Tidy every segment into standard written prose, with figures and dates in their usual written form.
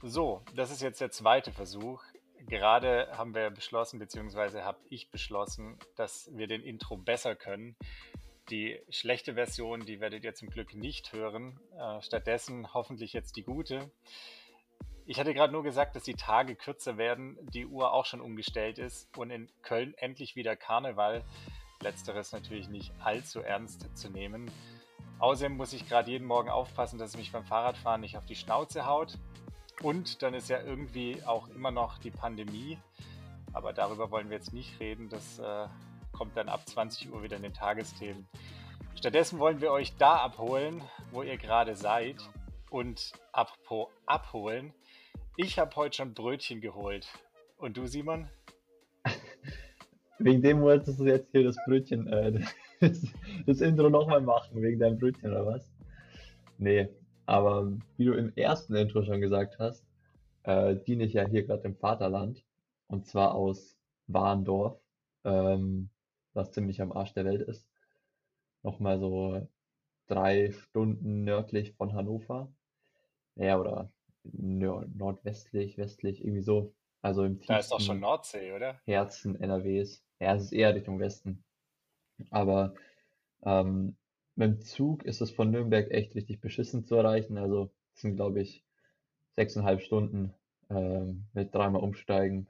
So, das ist jetzt der zweite Versuch. Gerade haben wir beschlossen, beziehungsweise habe ich beschlossen, dass wir den Intro besser können. Die schlechte Version, die werdet ihr zum Glück nicht hören. Stattdessen hoffentlich jetzt die gute. Ich hatte gerade nur gesagt, dass die Tage kürzer werden, die Uhr auch schon umgestellt ist und in Köln endlich wieder Karneval. Letzteres natürlich nicht allzu ernst zu nehmen. Außerdem muss ich gerade jeden Morgen aufpassen, dass es mich beim Fahrradfahren nicht auf die Schnauze haut. Und dann ist ja irgendwie auch immer noch die Pandemie. Aber darüber wollen wir jetzt nicht reden. Das kommt dann ab 20 Uhr wieder in den Tagesthemen. Stattdessen wollen wir euch da abholen, wo ihr gerade seid. Und apropos abholen. Ich habe heute schon Brötchen geholt. Und du, Simon? Wegen dem wolltest du jetzt hier das Brötchen, das, das Intro nochmal machen, wegen deinem Brötchen oder was? Nee, aber wie du im ersten Intro schon gesagt hast, diene ich ja hier gerade im Vaterland und zwar aus Warndorf, ähm, was ziemlich am Arsch der Welt ist. Nochmal so 3 Stunden nördlich von Hannover. Ja, oder nordwestlich, westlich, irgendwie so. Also im Da ist doch schon tiefsten Nordsee, oder? Herzen NRWs. Ja, es ist eher Richtung Westen. Aber Ähm, mit dem Zug ist es von Nürnberg echt richtig beschissen zu erreichen. Also es sind, glaube ich, 6,5 Stunden mit dreimal umsteigen.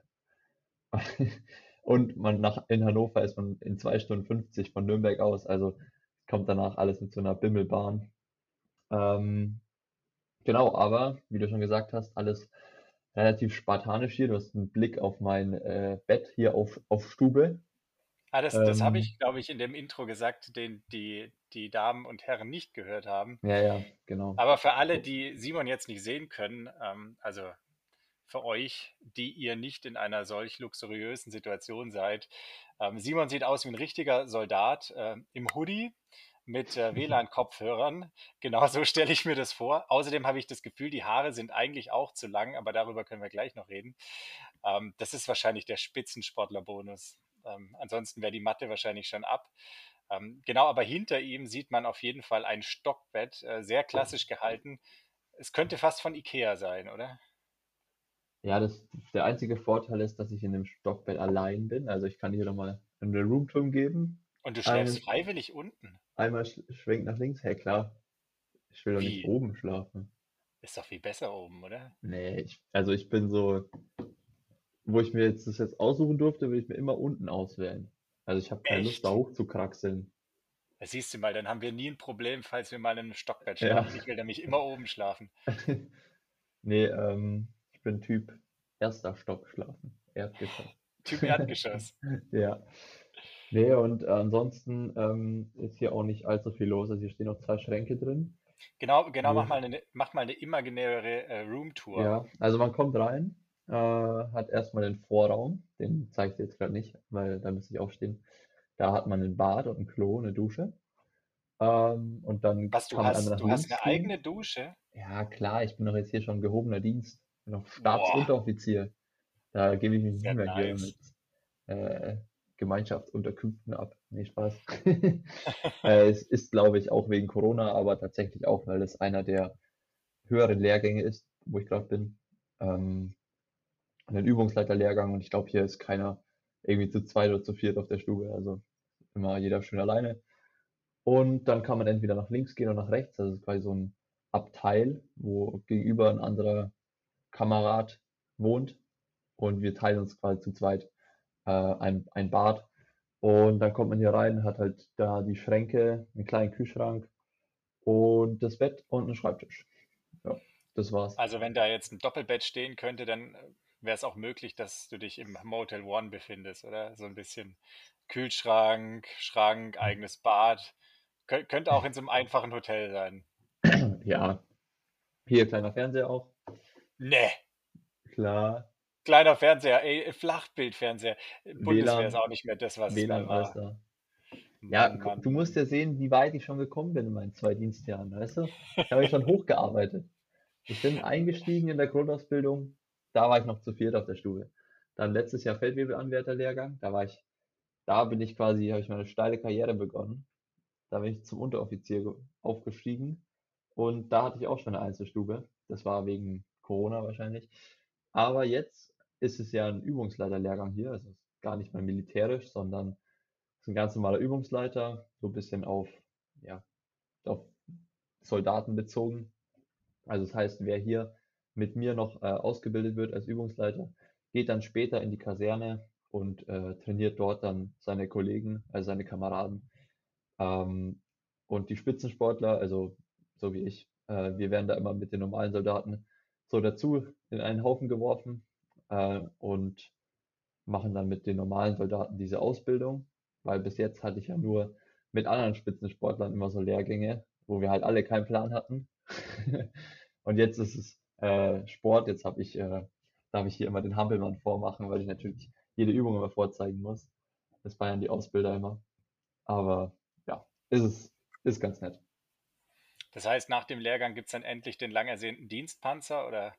Und in Hannover ist man in 2 Stunden 50 von Nürnberg aus. Also kommt danach alles mit so einer Bimmelbahn. Ähm, genau, aber wie du schon gesagt hast, alles relativ spartanisch hier. Du hast einen Blick auf mein Bett hier auf Stube. Ah, das habe Ähm, ich, glaube ich, in dem Intro gesagt, den die Damen und Herren nicht gehört haben. ja, ja, genau. Aber für alle, die Simon jetzt nicht sehen können, also für euch, die ihr nicht in einer solch luxuriösen Situation seid, Simon sieht aus wie ein richtiger Soldat im Hoodie mit WLAN-Kopfhörern. Genau so stelle ich mir das vor. Außerdem habe ich das Gefühl, die Haare sind eigentlich auch zu lang, aber darüber können wir gleich noch reden. Das ist wahrscheinlich der Spitzensportler-Bonus. Ansonsten wäre die Matte wahrscheinlich schon ab. Genau, aber hinter ihm sieht man auf jeden Fall ein Stockbett, sehr klassisch gehalten. Es könnte fast von Ikea sein, oder? Ja, der einzige Vorteil ist, dass ich in dem Stockbett allein bin. Also ich kann hier nochmal eine Roomtour geben. Und du schläfst Ein, freiwillig unten. einmal schwenkt nach links. Hey, klar, ich will doch nicht Wie? oben schlafen. Ist doch viel besser oben, oder? Nee, also ich bin so, wo ich mir jetzt das jetzt aussuchen durfte, will ich mir immer unten auswählen. Also ich habe keine Lust, da Echt? hochzukraxeln. Da siehst du mal, dann haben wir nie ein Problem, falls wir mal in einem Stockbett Ja. schlafen. Ich will nämlich immer oben schlafen. Nee, ich bin Typ erster Stock schlafen. Erdgeschoss. Typ Erdgeschoss. Ja. Nee, und ansonsten ist hier auch nicht allzu viel los. Also hier stehen noch 2 Schränke drin. Genau, genau, Wo, mach mal eine imaginäre Roomtour. ja, also man kommt rein, hat erstmal den Vorraum, den zeige ich dir jetzt gerade nicht, weil da müsste ich aufstehen. Da hat man ein Bad und ein Klo, eine Dusche. Und dann Was du kann man einmal hast? nach Du hast links eine gehen. eigene Dusche? Ja, klar, ich bin doch jetzt hier schon gehobener Dienst. Ich bin doch Boah, Stabsunteroffizier. Da gebe ich mich nicht sehr mehr hier nice. mit äh, Gemeinschaftsunterkünften ab. Nee, Spaß. Es ist, glaube ich, auch wegen Corona, aber tatsächlich auch, weil es einer der höheren Lehrgänge ist, wo ich gerade bin. Ähm, einen Übungsleiterlehrgang und ich glaube, hier ist keiner irgendwie zu zweit oder zu viert auf der Stube. Also immer jeder schön alleine. Und dann kann man entweder nach links gehen oder nach rechts. Das ist quasi so ein Abteil, wo gegenüber ein anderer Kamerad wohnt. Und wir teilen uns quasi zu zweit ein Bad. Und dann kommt man hier rein, hat halt da die Schränke, einen kleinen Kühlschrank und das Bett und einen Schreibtisch. Ja, das war's. Also wenn da jetzt ein Doppelbett stehen könnte, dann wäre es auch möglich, dass du dich im Motel One befindest, oder? So ein bisschen Kühlschrank, Schrank, eigenes Bad. Könnte auch in so einem einfachen Hotel sein. Ja, hier kleiner Fernseher auch. Nee, Klar, kleiner Fernseher, ey, Flachbildfernseher. Bundeswehr ist WLAN, auch nicht mehr das, was es mal WLAN, alles war. da. Ja, Mann, Mann, du musst Mann. ja sehen, wie weit ich schon gekommen bin in meinen 2 Dienstjahren, weißt du? Ich habe mich schon hochgearbeitet. Ich bin eingestiegen in der Grundausbildung, da war ich noch zu viert auf der Stube. Dann letztes Jahr Feldwebelanwärterlehrgang, da bin ich quasi, habe ich meine steile Karriere begonnen. Da bin ich zum Unteroffizier aufgestiegen und da hatte ich auch schon eine Einzelstube. Das war wegen Corona wahrscheinlich. Aber jetzt ist es ja ein Übungsleiterlehrgang hier, also ist gar nicht mal militärisch, sondern ist ein ganz normaler Übungsleiter, so ein bisschen ja, auf Soldaten bezogen. Also das heißt, wer hier mit mir noch ausgebildet wird als Übungsleiter, geht dann später in die Kaserne und trainiert dort dann seine Kollegen, also seine Kameraden. Ähm, und die Spitzensportler, also so wie ich, wir werden da immer mit den normalen Soldaten so dazu in einen Haufen geworfen und machen dann mit den normalen Soldaten diese Ausbildung, weil bis jetzt hatte ich ja nur mit anderen Spitzensportlern immer so Lehrgänge, wo wir halt alle keinen Plan hatten. Und jetzt ist es Sport, jetzt darf ich hier immer den Hampelmann vormachen, weil ich natürlich jede Übung immer vorzeigen muss. Das feiern die Ausbilder immer. Aber ja, ist ganz nett. Das heißt, nach dem Lehrgang gibt es dann endlich den lang ersehnten Dienstpanzer oder?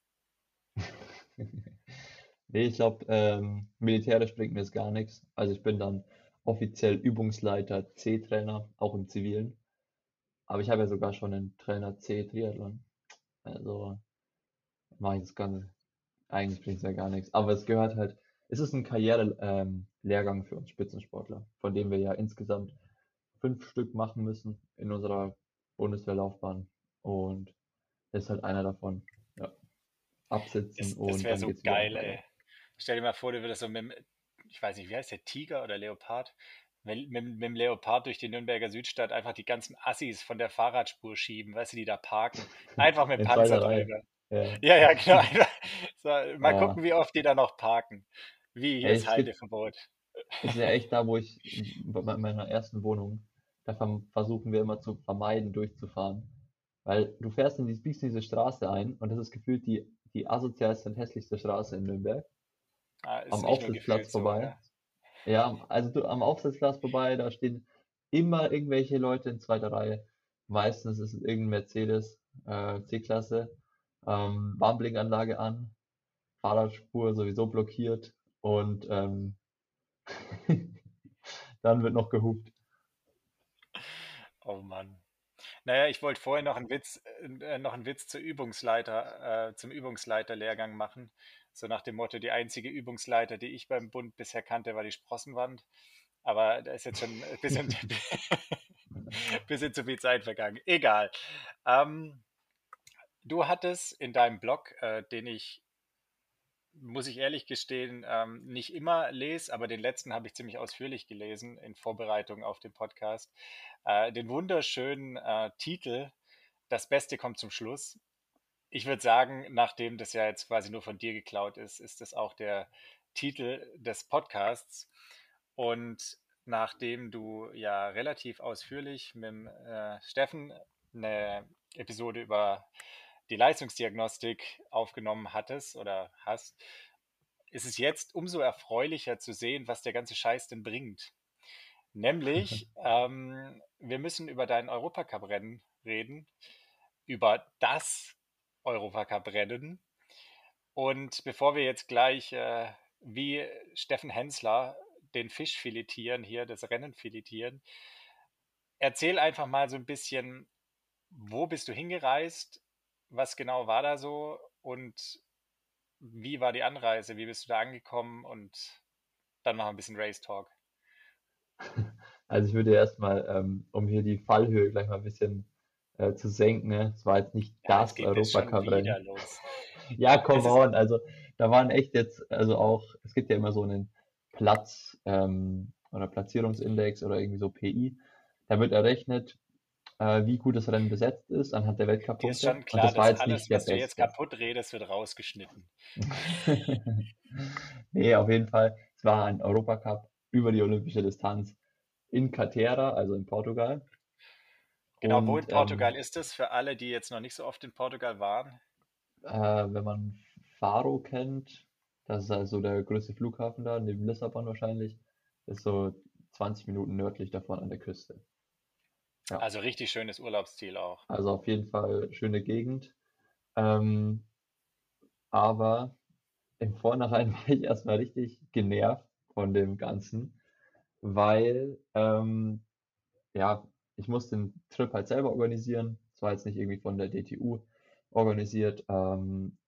Nee, ich glaube, militärisch bringt mir das gar nichts. Also ich bin dann offiziell Übungsleiter C-Trainer, auch im Zivilen. Aber ich habe ja sogar schon einen Trainer C Triathlon. Also mache ich das Ganze. Eigentlich bringt es ja gar nichts. Aber es gehört halt, es ist ein Karriere-Lehrgang für uns Spitzensportler, von dem wir ja insgesamt 5 Stück machen müssen in unserer Bundeswehrlaufbahn. Und das ist halt einer davon. Ja, absitzen Das und wäre dann so geht's wieder geil, weiter. ey. Stell dir mal vor, du würdest so mit dem, ich weiß nicht, wie heißt der, Tiger oder Leopard? Mit dem Leopard durch die Nürnberger Südstadt einfach die ganzen Assis von der Fahrradspur schieben, weißt du, die da parken. Einfach mit dem In Panzer zweiter Reihe. drüber. Ja. Ja, ja, genau. So, mal Ah, gucken, wie oft die da noch parken. Wie, hier ey, ist Halteverbot. es ist ja echt da, wo ich bei meiner ersten Wohnung, da versuchen wir immer zu vermeiden, durchzufahren. Weil du fährst biegst in diese Straße ein und das ist gefühlt die asozialste und hässlichste Straße in Nürnberg. Ist Am nicht nur gefühlt Aufsitzplatz so, vorbei. ja. Ja, also du am Aufsitzplatz vorbei, da stehen immer irgendwelche Leute in zweiter Reihe. Meistens ist es irgendein Mercedes, C-Klasse, Warnblinkanlage an, Fahrradspur sowieso blockiert und dann wird noch gehupt. Oh Mann. Naja, ich wollte vorher noch einen Witz zum Übungsleiterlehrgang machen. So nach dem Motto, die einzige Übungsleiter, die ich beim Bund bisher kannte, war die Sprossenwand. Aber da ist jetzt schon ein bisschen, bisschen zu viel Zeit vergangen. Egal. Ähm, Du hattest in deinem Blog, den ich, muss ich ehrlich gestehen, nicht immer lese, aber den letzten habe ich ziemlich ausführlich gelesen in Vorbereitung auf den Podcast, den wunderschönen Titel Das Beste kommt zum Schluss. Ich würde sagen, nachdem das ja jetzt quasi nur von dir geklaut ist, ist das auch der Titel des Podcasts. Und nachdem du ja relativ ausführlich mit dem, Steffen eine Episode über die Leistungsdiagnostik aufgenommen hattest oder hast, ist es jetzt umso erfreulicher zu sehen, was der ganze Scheiß denn bringt. Nämlich, wir müssen über dein Europacup-Rennen reden, über das Europacup-Rennen. Und bevor wir jetzt gleich wie Steffen Hensler den Fisch filetieren, hier das Rennen filetieren, erzähl einfach mal so ein bisschen, wo bist du hingereist, was genau war da so und wie war die Anreise, wie bist du da angekommen und dann noch ein bisschen Race Talk. Also ich würde erstmal, um hier die Fallhöhe gleich mal ein bisschen zu senken, ne? Es war jetzt nicht Ja, jetzt das geht das schon wieder Europacup-Rennen. los. Ja, Das come ist, on, also da waren echt jetzt, also auch, es gibt ja immer so einen Platz oder Platzierungsindex oder irgendwie so PI. Da wird errechnet, wie gut das Rennen besetzt ist anhand der dir ist Weltcup-Punkte. schon Und klar, das war dass jetzt alles, nicht der was du jetzt beste. kaputt redest, wird rausgeschnitten. Nee, auf jeden Fall. Es war ein Europacup über die olympische Distanz in Catera, also in Portugal. Genau, wo in Und Portugal ist es für alle, die jetzt noch nicht so oft in Portugal waren? wenn man Faro kennt, das ist also der größte Flughafen da, neben Lissabon wahrscheinlich, ist so 20 Minuten nördlich davon an der Küste. Ja, Also richtig schönes Urlaubsziel auch. also auf jeden Fall schöne Gegend. Ähm, aber im Vornherein war ich erstmal richtig genervt von dem Ganzen, weil ja, ich musste den Trip halt selber organisieren. Es war jetzt nicht irgendwie von der DTU organisiert.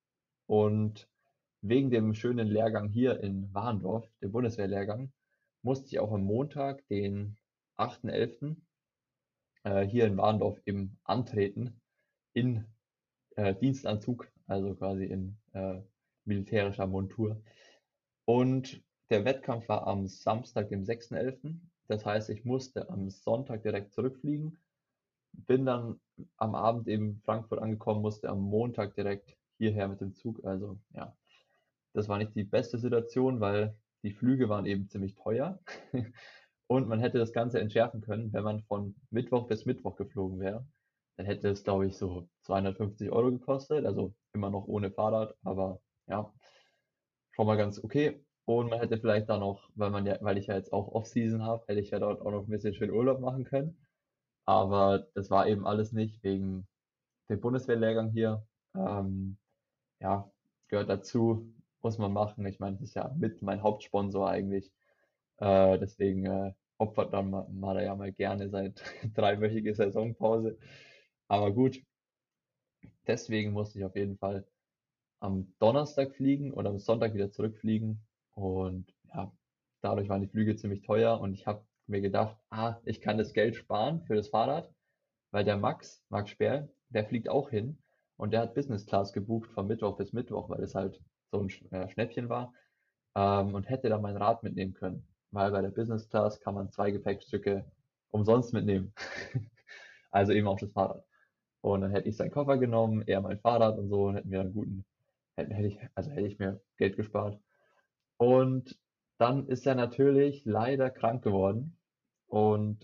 Und wegen dem schönen Lehrgang hier in Warendorf, dem Bundeswehrlehrgang, musste ich auch am Montag, den 8.11., hier in Warendorf eben antreten in Dienstanzug, also quasi in militärischer Montur. Und der Wettkampf war am Samstag, dem 6.11. Das heißt, ich musste am Sonntag direkt zurückfliegen, bin dann am Abend eben Frankfurt angekommen, musste am Montag direkt hierher mit dem Zug. Also ja, das war nicht die beste Situation, weil die Flüge waren eben ziemlich teuer. Und man hätte das Ganze entschärfen können, wenn man von Mittwoch bis Mittwoch geflogen wäre. Dann hätte es, glaube ich, so 250 € gekostet. Also immer noch ohne Fahrrad, aber ja, schon mal ganz okay. Und man hätte vielleicht da noch, weil ich ja jetzt auch Off-Season habe, hätte ich ja dort auch noch ein bisschen schön Urlaub machen können. Aber das war eben alles nicht wegen dem Bundeswehrlehrgang hier. Ähm, ja, gehört dazu, muss man machen. Ich meine, das ist ja mit mein Hauptsponsor eigentlich. Deswegen opfert dann mal ja mal gerne seine dreiwöchige Saisonpause. Aber gut, deswegen musste ich auf jeden Fall am Donnerstag fliegen und am Sonntag wieder zurückfliegen. Und ja, dadurch waren die Flüge ziemlich teuer und ich habe mir gedacht, ich kann das Geld sparen für das Fahrrad, weil der Max Sperl, der fliegt auch hin und der hat Business Class gebucht von Mittwoch bis Mittwoch, weil es halt so ein Schnäppchen war, und hätte da mein Rad mitnehmen können, weil bei der Business Class kann man 2 Gepäckstücke umsonst mitnehmen. Also eben auch das Fahrrad. Und dann hätte ich seinen Koffer genommen, er mein Fahrrad und so, und hätten wir einen guten, hätte ich mir Geld gespart. Und dann ist er natürlich leider krank geworden und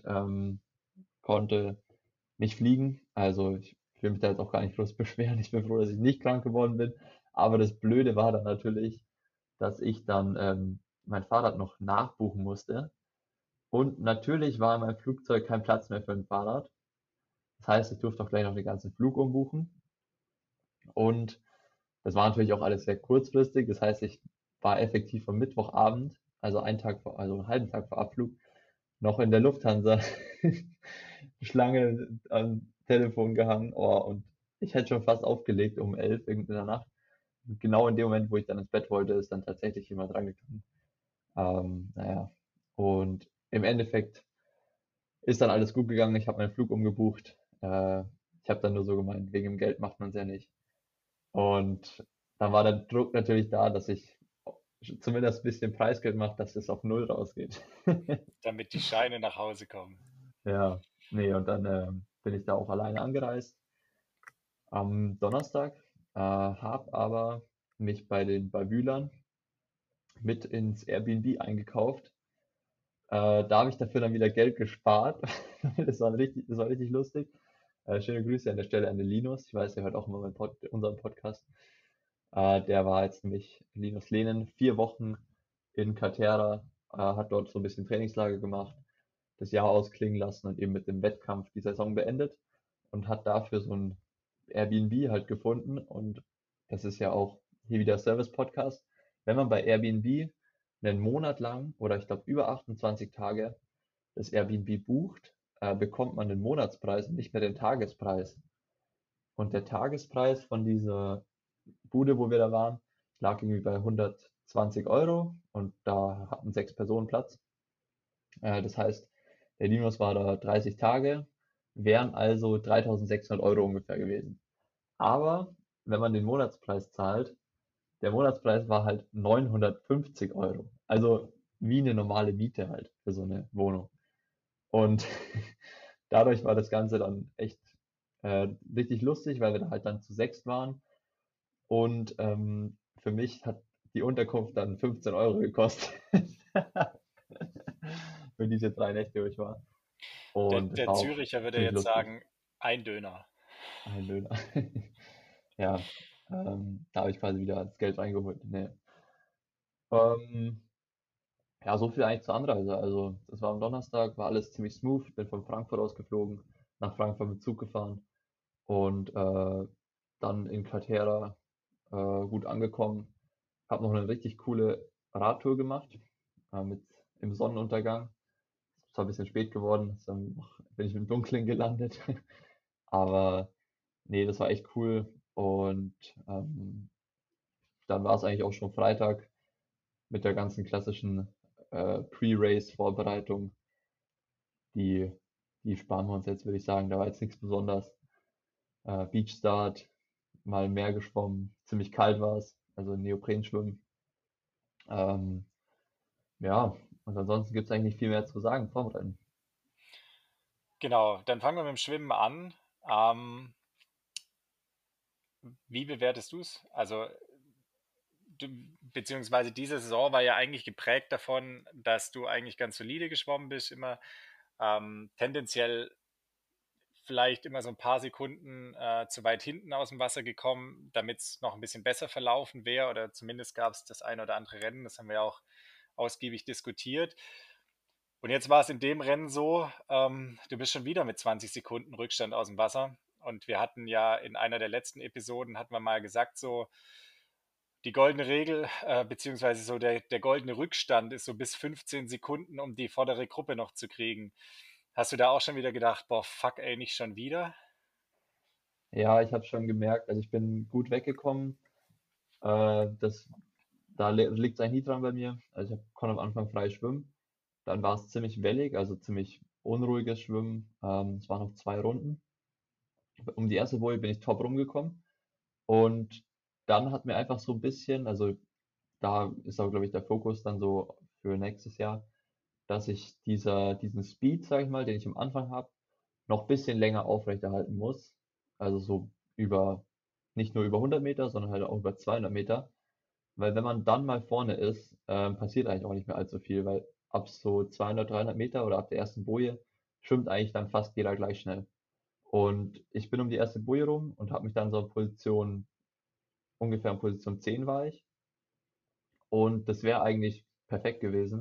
konnte nicht fliegen. Also ich will mich da jetzt auch gar nicht groß beschweren. Ich bin froh, dass ich nicht krank geworden bin. Aber das Blöde war dann natürlich, dass ich dann mein Fahrrad noch nachbuchen musste. Und natürlich war in meinem Flugzeug kein Platz mehr für ein Fahrrad. Das heißt, ich durfte auch gleich noch den ganzen Flug umbuchen. Und das war natürlich auch alles sehr kurzfristig. Das heißt, ich war effektiv am Mittwochabend, also also einen halben Tag vor Abflug, noch in der Lufthansa Schlange am Telefon gehangen. Oh, und ich hätte schon fast aufgelegt um 11 in der Nacht. Und genau in dem Moment, wo ich dann ins Bett wollte, ist dann tatsächlich jemand rangekommen. Naja, und im Endeffekt ist dann alles gut gegangen. Ich habe meinen Flug umgebucht. Ich habe dann nur so gemeint, wegen dem Geld macht man es ja nicht. Und dann war der Druck natürlich da, dass ich zumindest ein bisschen Preisgeld mache, dass es auf Null rausgeht. damit die Scheine nach Hause kommen. Ja, nee, und dann bin ich da auch alleine angereist am Donnerstag, habe aber mich bei den Bavülern mit ins Airbnb eingekauft. Da habe ich dafür dann wieder Geld gespart. Das war richtig lustig. Schöne Grüße an der Stelle an den Linus. Ich weiß, er hört auch immer unseren Podcast. Der war jetzt nämlich Linus Lehnen 4 Wochen in Catera, hat dort so ein bisschen Trainingslager gemacht, das Jahr ausklingen lassen und eben mit dem Wettkampf die Saison beendet und hat dafür so ein Airbnb halt gefunden. Und das ist ja auch hier wieder Service-Podcast. Wenn man bei Airbnb einen Monat lang oder ich glaube über 28 Tage das Airbnb bucht, bekommt man den Monatspreis und nicht mehr den Tagespreis. Und der Tagespreis von dieser Bude, wo wir da waren, lag irgendwie bei 120 € und da hatten 6 Personen Platz. Das heißt, der Linus war da 30 Tage, wären also 3.600 € ungefähr gewesen. Aber wenn man den Monatspreis zahlt, der Monatspreis war halt 950 €. Also wie eine normale Miete halt für so eine Wohnung. Und dadurch war das Ganze dann echt richtig lustig, weil wir da halt dann zu 6 waren. Und für mich hat die Unterkunft dann 15 € gekostet. Für diese 3 Nächte, wo ich war. Der, Und es der war auch Züricher würde ziemlich jetzt lustig. sagen, ein Döner. Ein Döner. Ja, da habe ich quasi wieder das Geld reingeholt. Nee. Ähm, ja, so viel eigentlich zur Anreise. Also, das war am Donnerstag, war alles ziemlich smooth. Bin von Frankfurt aus geflogen, nach Frankfurt mit Zug gefahren und dann in Catera gut angekommen. Habe noch eine richtig coole Radtour gemacht mit im Sonnenuntergang. Ist zwar ein bisschen spät geworden, bin ich im Dunkeln gelandet, aber nee, das war echt cool und dann war es eigentlich auch schon Freitag mit der ganzen klassischen Pre-Race-Vorbereitung. Die, die sparen wir uns jetzt, würde ich sagen. Da war jetzt nichts Besonderes. Beachstart, mal im Meer geschwommen, ziemlich kalt war es, also Neoprenschwimmen. Ähm, ja, und ansonsten gibt es eigentlich nicht viel mehr zu sagen vorm Rennen. Genau, dann fangen wir mit dem Schwimmen an. Ähm, Wie bewertest du es? Also, beziehungsweise diese Saison war ja eigentlich geprägt davon, dass du eigentlich ganz solide geschwommen bist, immer tendenziell vielleicht immer so ein paar Sekunden zu weit hinten aus dem Wasser gekommen, damit es noch ein bisschen besser verlaufen wäre oder zumindest gab es das ein oder andere Rennen, das haben wir auch ausgiebig diskutiert. Und jetzt war es in dem Rennen so, du bist schon wieder mit 20 Sekunden Rückstand aus dem Wasser. Und wir hatten ja in einer der letzten Episoden, hatten wir mal gesagt, so die goldene Regel, beziehungsweise so der goldene Rückstand ist so bis 15 Sekunden, um die vordere Gruppe noch zu kriegen. Hast du da auch schon wieder gedacht, boah, fuck, ey, nicht schon wieder? Ja, ich habe schon gemerkt, also ich bin gut weggekommen. Das, da liegt es eigentlich nie dran bei mir. Also ich konnte am Anfang frei schwimmen. Dann war es ziemlich wellig, also ziemlich unruhiges Schwimmen. Es waren noch 2 Runden. Um die erste Boje bin ich top rumgekommen. Und dann hat mir einfach so ein bisschen, also da ist auch, glaube ich, der Fokus dann so für nächstes Jahr, dass ich diesen Speed, sage ich mal, den ich am Anfang habe, noch ein bisschen länger aufrechterhalten muss. Also so über, nicht nur über 100 Meter, sondern halt auch über 200 Meter. Weil wenn man dann mal vorne ist, passiert eigentlich auch nicht mehr allzu viel, weil ab so 200, 300 Meter oder ab der ersten Boje schwimmt eigentlich dann fast jeder gleich schnell. Und ich bin um die erste Boje rum und habe mich dann so in ungefähr in Position 10 war ich. Und das wäre eigentlich perfekt gewesen.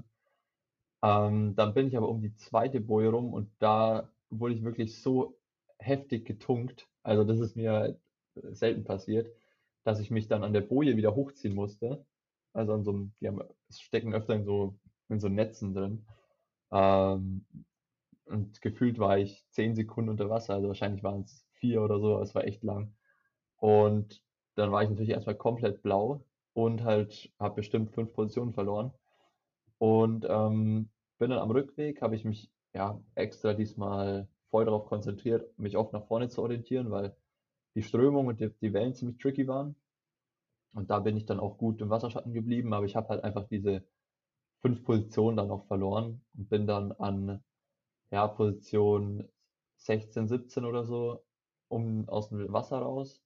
Dann bin ich aber um die zweite Boje rum und da wurde ich wirklich so heftig getunkt. Also das ist mir selten passiert, dass ich mich dann an der Boje wieder hochziehen musste. Also an so einem, stecken öfter in so Netzen drin. Ähm, und gefühlt war ich 10 Sekunden unter Wasser, also wahrscheinlich waren es 4 oder so, aber es war echt lang. Und dann war ich natürlich erstmal komplett blau und halt habe bestimmt 5 Positionen verloren. Und bin dann am Rückweg, habe ich mich ja extra diesmal voll darauf konzentriert, mich oft nach vorne zu orientieren, weil die Strömung und die Wellen ziemlich tricky waren. Und da bin ich dann auch gut im Wasserschatten geblieben, aber ich habe halt einfach diese 5 Positionen dann noch verloren und bin dann an ja, Position 16, 17 oder so aus dem Wasser raus,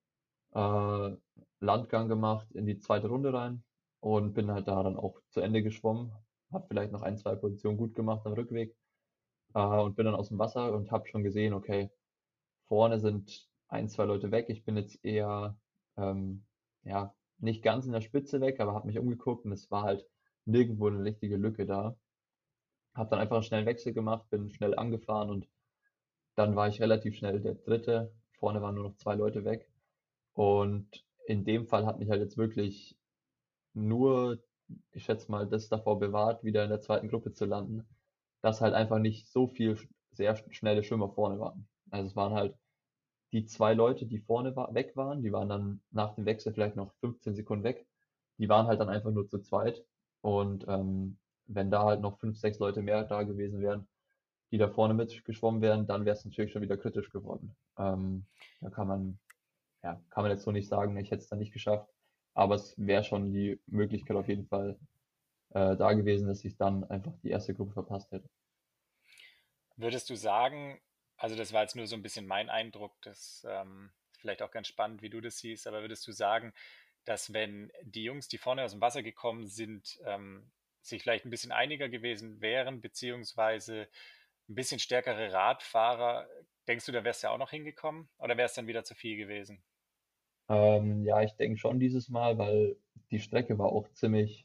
äh, Landgang gemacht in die zweite Runde rein und bin halt da dann auch zu Ende geschwommen. Habe vielleicht noch 1, 2 Positionen gut gemacht am Rückweg und bin dann aus dem Wasser und habe schon gesehen, okay, vorne sind 1, 2 Leute weg. Ich bin jetzt eher, ja, nicht ganz in der Spitze weg, aber habe mich umgeguckt und es war halt nirgendwo eine richtige Lücke da. Habe dann einfach einen schnellen Wechsel gemacht, bin schnell angefahren und dann war ich relativ schnell der Dritte. Vorne waren nur noch 2 Leute weg. Und in dem Fall hat mich halt jetzt wirklich nur, ich schätze mal, das davor bewahrt, wieder in der zweiten Gruppe zu landen, dass halt einfach nicht so viel sehr schnelle Schwimmer vorne waren. Also es waren halt die 2 Leute, die vorne weg waren, die waren dann nach dem Wechsel vielleicht noch 15 Sekunden weg. Die waren halt dann einfach nur zu zweit. Und wenn da halt noch 5, 6 Leute mehr da gewesen wären, die da vorne mitgeschwommen wären, dann wäre es natürlich schon wieder kritisch geworden. Da kann man jetzt so nicht sagen, ich hätte es dann nicht geschafft. Aber es wäre schon die Möglichkeit auf jeden Fall da gewesen, dass ich dann einfach die erste Gruppe verpasst hätte. Würdest du sagen, also das war jetzt nur so ein bisschen mein Eindruck, das ist vielleicht auch ganz spannend, wie du das siehst, aber würdest du sagen, dass wenn die Jungs, die vorne aus dem Wasser gekommen sind, sich vielleicht ein bisschen einiger gewesen wären, beziehungsweise ein bisschen stärkere Radfahrer, denkst du, da wärst du ja auch noch hingekommen oder wäre es dann wieder zu viel gewesen? Ja, ich denke schon dieses Mal, weil die Strecke war auch ziemlich,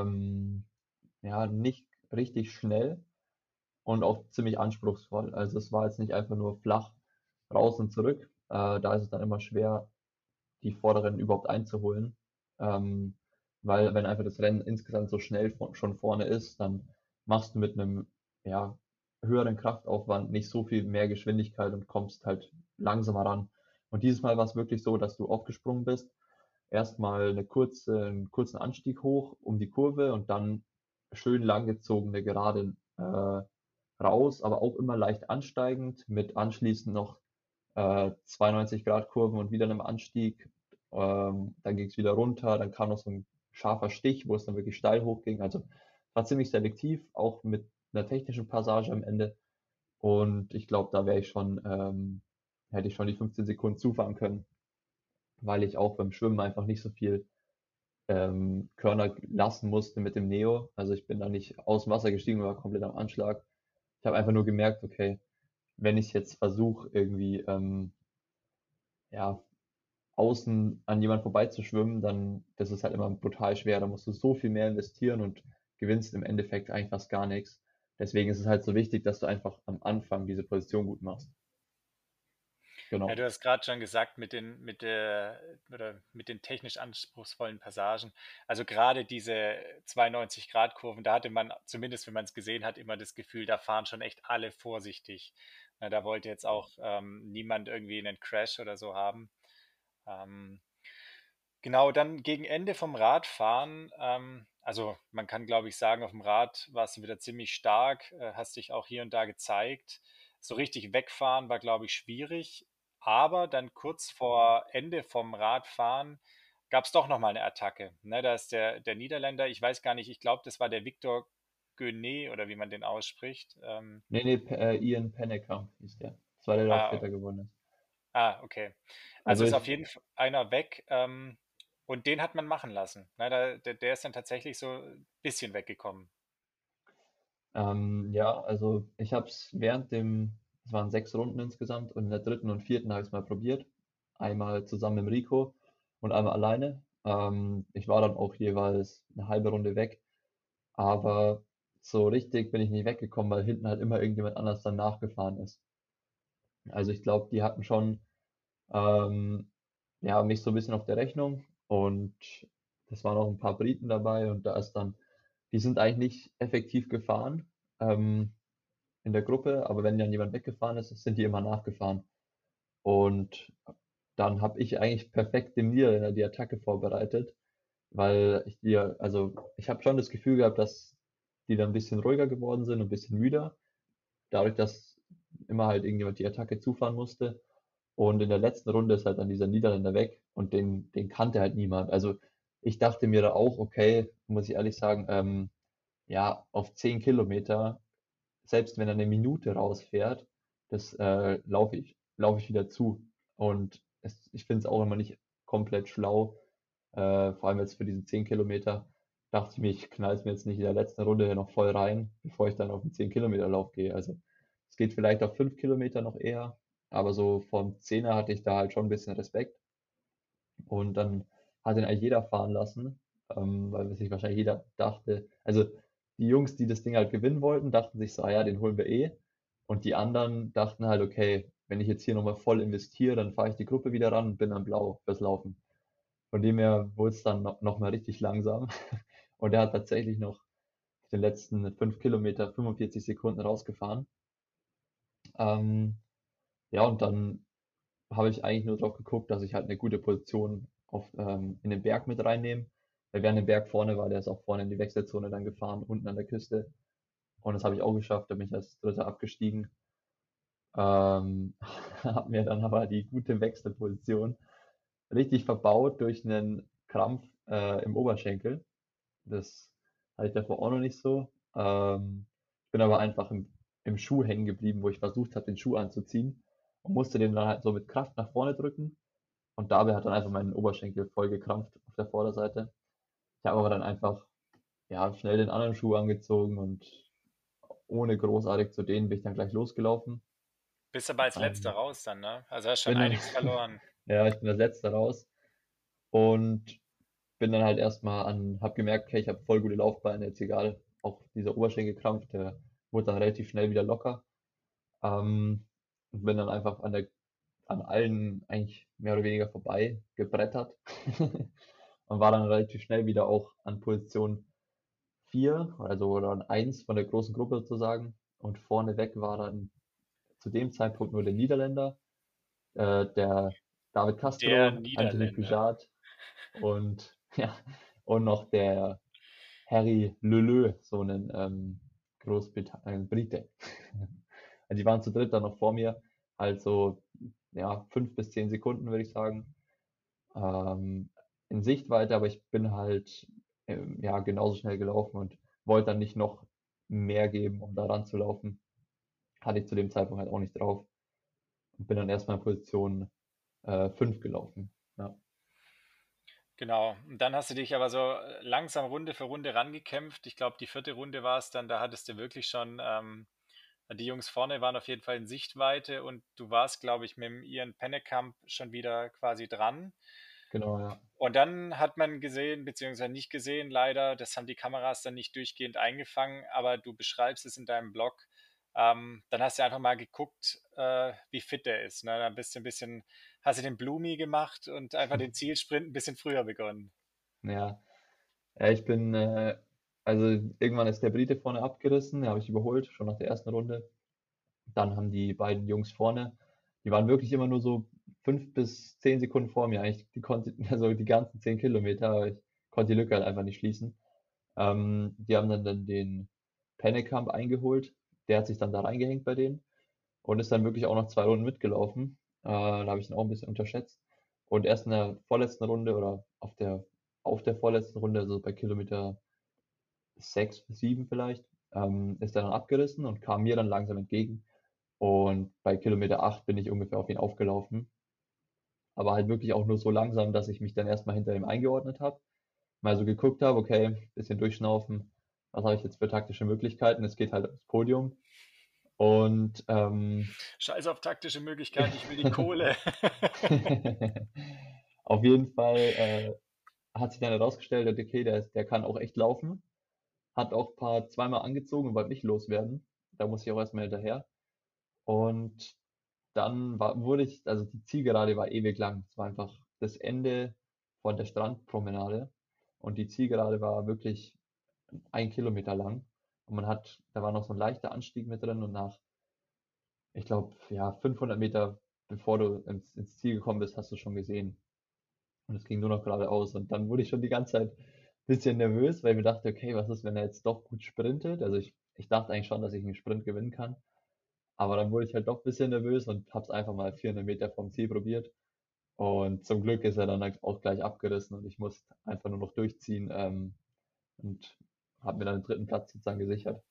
ja, nicht richtig schnell und auch ziemlich anspruchsvoll. Also es war jetzt nicht einfach nur flach raus und zurück. Da ist es dann immer schwer, die Vorderen überhaupt einzuholen. Ähm, weil wenn einfach das Rennen insgesamt so schnell schon vorne ist, dann machst du mit einem ja, höheren Kraftaufwand nicht so viel mehr Geschwindigkeit und kommst halt langsamer ran. Und dieses Mal war es wirklich so, dass du aufgesprungen bist erstmal einen kurzen Anstieg hoch um die Kurve und dann schön langgezogene Gerade raus, aber auch immer leicht ansteigend mit anschließend noch 92 Grad Kurven und wieder einem Anstieg. Dann ging es wieder runter, dann kam noch so ein scharfer Stich, wo es dann wirklich steil hochging. Also war ziemlich selektiv, auch mit einer technischen Passage am Ende. Und ich glaube, da hätte ich schon die 15 Sekunden zufahren können, weil ich auch beim Schwimmen einfach nicht so viel Körner lassen musste mit dem Neo. Also ich bin da nicht aus dem Wasser gestiegen, war komplett am Anschlag. Ich habe einfach nur gemerkt, okay, wenn ich jetzt versuche, irgendwie ja, außen an jemand vorbeizuschwimmen, dann das ist halt immer brutal schwer. Da musst du so viel mehr investieren und gewinnst im Endeffekt eigentlich fast gar nichts. Deswegen ist es halt so wichtig, dass du einfach am Anfang diese Position gut machst. Ja, Genau. du hast gerade schon gesagt, mit den technisch anspruchsvollen Passagen. Also gerade diese 92-Grad-Kurven, da hatte man, zumindest wenn man es gesehen hat, immer das Gefühl, da fahren schon echt alle vorsichtig. Na, da wollte jetzt auch niemand irgendwie einen Crash oder so haben. Ähm, genau, dann gegen Ende vom Radfahren, also man kann, glaube ich, sagen, auf dem Rad warst du wieder ziemlich stark, hast dich auch hier und da gezeigt. So richtig wegfahren war, glaube ich, schwierig. Aber dann kurz vor Ende vom Radfahren gab es doch nochmal eine Attacke. Ne, da ist der Niederländer, ich weiß gar nicht, ich glaube, das war der Victor Guenet oder wie man den ausspricht. Nee, Ian Pennekamp hieß der. Das war der, der auch Ah, Vierter geworden ist. Okay. Also Also ist auf ich, jeden Fall einer weg, und den hat man machen lassen. Na, der ist dann tatsächlich so ein bisschen weggekommen. ja, also ich habe es es waren 6 Runden insgesamt und in der dritten und vierten habe ich es mal probiert. Einmal zusammen mit Rico und einmal alleine. Ich war dann auch jeweils eine halbe Runde weg, aber so richtig bin ich nicht weggekommen, weil hinten halt immer irgendjemand anders dann nachgefahren ist. Also ich glaube, die hatten schon ähm, ja, mich so ein bisschen auf der Rechnung und es waren auch ein paar Briten dabei und die sind eigentlich nicht effektiv gefahren in der Gruppe, aber wenn dann jemand weggefahren ist, sind die immer nachgefahren. Und dann habe ich eigentlich perfekt dem Niederländer die Attacke vorbereitet, weil also ich habe schon das Gefühl gehabt, dass die dann ein bisschen ruhiger geworden sind und ein bisschen müder, dadurch, dass immer halt irgendjemand die Attacke zufahren musste. Und in der letzten Runde ist halt dann dieser Niederländer weg und den kannte halt niemand. Also ich dachte mir da auch, okay, muss ich ehrlich sagen, ja, auf 10 Kilometer, selbst wenn er eine Minute rausfährt, das laufe ich wieder zu. Und ich finde es auch immer nicht komplett schlau, vor allem jetzt für diese 10 Kilometer, dachte ich mir, ich knall es mir jetzt nicht in der letzten Runde noch voll rein, bevor ich dann auf den 10 Kilometer Lauf gehe. Also es geht vielleicht auf 5 Kilometer noch eher, aber so vom Zehner hatte ich da halt schon ein bisschen Respekt. Und dann hat ihn eigentlich jeder fahren lassen, weil sich wahrscheinlich jeder dachte, also die Jungs, die das Ding halt gewinnen wollten, dachten sich so, ah ja, den holen wir eh. Und die anderen dachten halt, okay, wenn ich jetzt hier nochmal voll investiere, dann fahre ich die Gruppe wieder ran und bin dann blau fürs Laufen. Von dem her wurde es dann noch mal richtig langsam. Und er hat tatsächlich noch den letzten 5 Kilometer 45 Sekunden rausgefahren. Ähm, ja, und dann habe ich eigentlich nur drauf geguckt, dass ich halt eine gute Position in den Berg mit reinnehme. Weil während dem Berg vorne war, der ist auch vorne in die Wechselzone dann gefahren, unten an der Küste. Und das habe ich auch geschafft, da bin ich als Dritter abgestiegen. Ähm, habe mir dann aber die gute Wechselposition richtig verbaut durch einen Krampf im Oberschenkel. Das hatte ich davor auch noch nicht so. Ich bin aber einfach im Schuh hängen geblieben, wo ich versucht habe, den Schuh anzuziehen und musste den dann halt so mit Kraft nach vorne drücken. Und dabei hat dann einfach mein Oberschenkel voll gekrampft auf der Vorderseite. Ich habe aber dann einfach ja, schnell den anderen Schuh angezogen und ohne großartig zu dehnen bin ich dann gleich losgelaufen. Bist aber als letzter Ähm, raus dann, ne? Also hast schon bin dann, einiges verloren. ja, ich bin als letzter raus und bin dann halt hab gemerkt, okay, ich habe voll gute Laufbeine, jetzt egal, auch dieser Oberschenkelkrampf, der wurde dann relativ schnell wieder locker. Und bin dann einfach an allen eigentlich mehr oder weniger vorbei gebrettert und war dann relativ schnell wieder auch an Position 4, also oder an 1 von der großen Gruppe sozusagen. Und vorneweg war dann zu dem Zeitpunkt nur der Niederländer, der David Der Castro, Anthony Niederländer. Pujat. und ja, und noch der Harry Leleu, so ein Brite. Also die waren zu dritt dann noch vor mir, also ja, 5 bis 10 Sekunden, würde ich sagen, ähm, in Sichtweite, aber ich bin halt ja, genauso schnell gelaufen und wollte dann nicht noch mehr geben, um da ranzulaufen. Hatte ich zu dem Zeitpunkt halt auch nicht drauf und bin dann erstmal in Position 5 gelaufen. Ja, Genau. Und dann hast du dich aber so langsam Runde für Runde rangekämpft. Ich glaube, die vierte Runde war es dann, da hattest du wirklich schon, die Jungs vorne waren auf jeden Fall in Sichtweite und du warst, glaube ich, mit dem Ian Pennekamp schon wieder quasi dran. genau, ja. Und dann hat man gesehen, beziehungsweise nicht gesehen, leider, das haben die Kameras dann nicht durchgehend eingefangen, aber du beschreibst es in deinem Blog. Dann hast du einfach mal geguckt, wie fit der ist. Ne? Dann bist du ein bisschen, hast du den Blumi gemacht und einfach den Zielsprint ein bisschen früher begonnen. Ja, ja, ich bin, also irgendwann ist der Brite vorne abgerissen, den habe ich überholt, schon nach der ersten Runde. Dann haben die beiden Jungs vorne, die waren wirklich immer nur so 5 bis 10 Sekunden vor mir eigentlich. Die konnte, also die ganzen 10 Kilometer, aber ich konnte die Lücke halt einfach nicht schließen. Die haben dann den Pennekamp eingeholt. Der hat sich dann da reingehängt bei denen und ist dann wirklich auch noch 2 Runden mitgelaufen. Da habe ich ihn auch ein bisschen unterschätzt. Und erst in der vorletzten Runde oder auf der vorletzten Runde, also bei Kilometer 6 bis 7 vielleicht, ist er dann abgerissen und kam mir dann langsam entgegen. Und bei Kilometer 8 bin ich ungefähr auf ihn aufgelaufen. Aber halt wirklich auch nur so langsam, dass ich mich dann erstmal hinter ihm eingeordnet habe. Mal so geguckt habe, okay, bisschen durchschnaufen. Was habe ich jetzt für taktische Möglichkeiten? Es geht halt aufs Podium. Und Scheiß auf taktische Möglichkeiten, ich will die Kohle. auf jeden Fall hat sich dann herausgestellt, okay, der kann auch echt laufen. Hat auch ein paar zweimal angezogen und wollte mich loswerden. Da muss ich auch erstmal hinterher. Und dann also die Zielgerade war ewig lang. Es war einfach das Ende von der Strandpromenade. Und die Zielgerade war wirklich 1 Kilometer lang. Und da war noch so ein leichter Anstieg mit drin und nach, ich glaube, ja, 500 Meter, bevor du ins Ziel gekommen bist, hast du schon gesehen. Und es ging nur noch geradeaus. Und dann wurde ich schon die ganze Zeit ein bisschen nervös, weil ich mir dachte, okay, was ist, wenn er jetzt doch gut sprintet? Also ich dachte eigentlich schon, dass ich einen Sprint gewinnen kann. Aber dann wurde ich halt doch ein bisschen nervös und habe es einfach mal 400 Meter vom Ziel probiert. Und zum Glück ist er dann halt auch gleich abgerissen und ich musste einfach nur noch durchziehen und habe mir dann den dritten Platz sozusagen gesichert.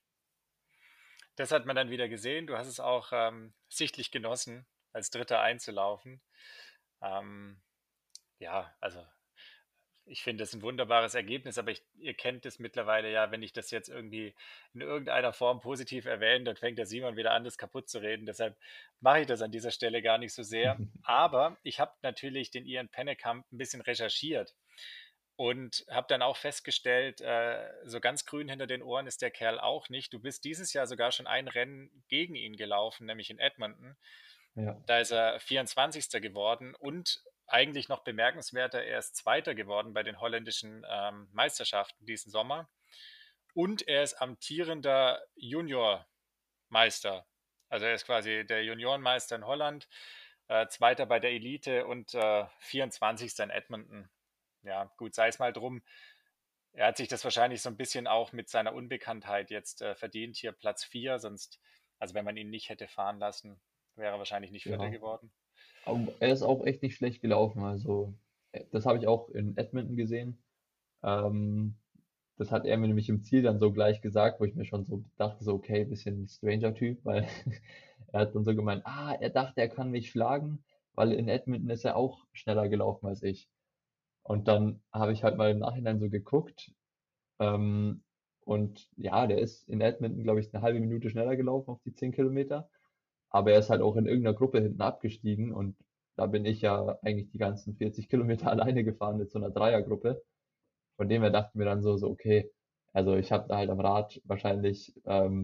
Das hat man dann wieder gesehen. Du hast es auch sichtlich genossen, als Dritter einzulaufen. Ähm, ja, also ich finde das ein wunderbares Ergebnis, aber ihr kennt es mittlerweile ja, wenn ich das jetzt irgendwie in irgendeiner Form positiv erwähne, dann fängt der Simon wieder an, das kaputt zu reden. Deshalb mache ich das an dieser Stelle gar nicht so sehr. Aber ich habe natürlich den Ian Pennekamp ein bisschen recherchiert und habe dann auch festgestellt, so ganz grün hinter den Ohren ist der Kerl auch nicht. Du bist dieses Jahr sogar schon ein Rennen gegen ihn gelaufen, nämlich in Edmonton. Ja, Da ist er 24. geworden und eigentlich noch bemerkenswerter, er ist Zweiter geworden bei den holländischen Meisterschaften diesen Sommer. Und er ist amtierender Juniormeister. Also er ist quasi der Juniorenmeister in Holland, Zweiter bei der Elite und 24. in Edmonton. Ja, gut, sei es mal drum. Er hat sich das wahrscheinlich so ein bisschen auch mit seiner Unbekanntheit jetzt verdient, hier Platz 4. Sonst, also wenn man ihn nicht hätte fahren lassen, wäre er wahrscheinlich nicht Vierter ja. geworden. Aber er ist auch echt nicht schlecht gelaufen. Also, das habe ich auch in Edmonton gesehen. Ähm, Das hat er mir nämlich im Ziel dann so gleich gesagt, wo ich mir schon so dachte, so, okay, bisschen Stranger-Typ, weil er hat dann so gemeint, er dachte, er kann mich schlagen, weil in Edmonton ist er auch schneller gelaufen als ich. Und dann habe ich halt mal im Nachhinein so geguckt, ähm, und ja, der ist in Edmonton, glaube ich, eine halbe Minute schneller gelaufen auf die 10 Kilometer. Aber er ist halt auch in irgendeiner Gruppe hinten abgestiegen und da bin ich ja eigentlich die ganzen 40 Kilometer alleine gefahren mit so einer Dreiergruppe. Von dem her dachte ich mir dann so, okay, also ich habe da halt am Rad wahrscheinlich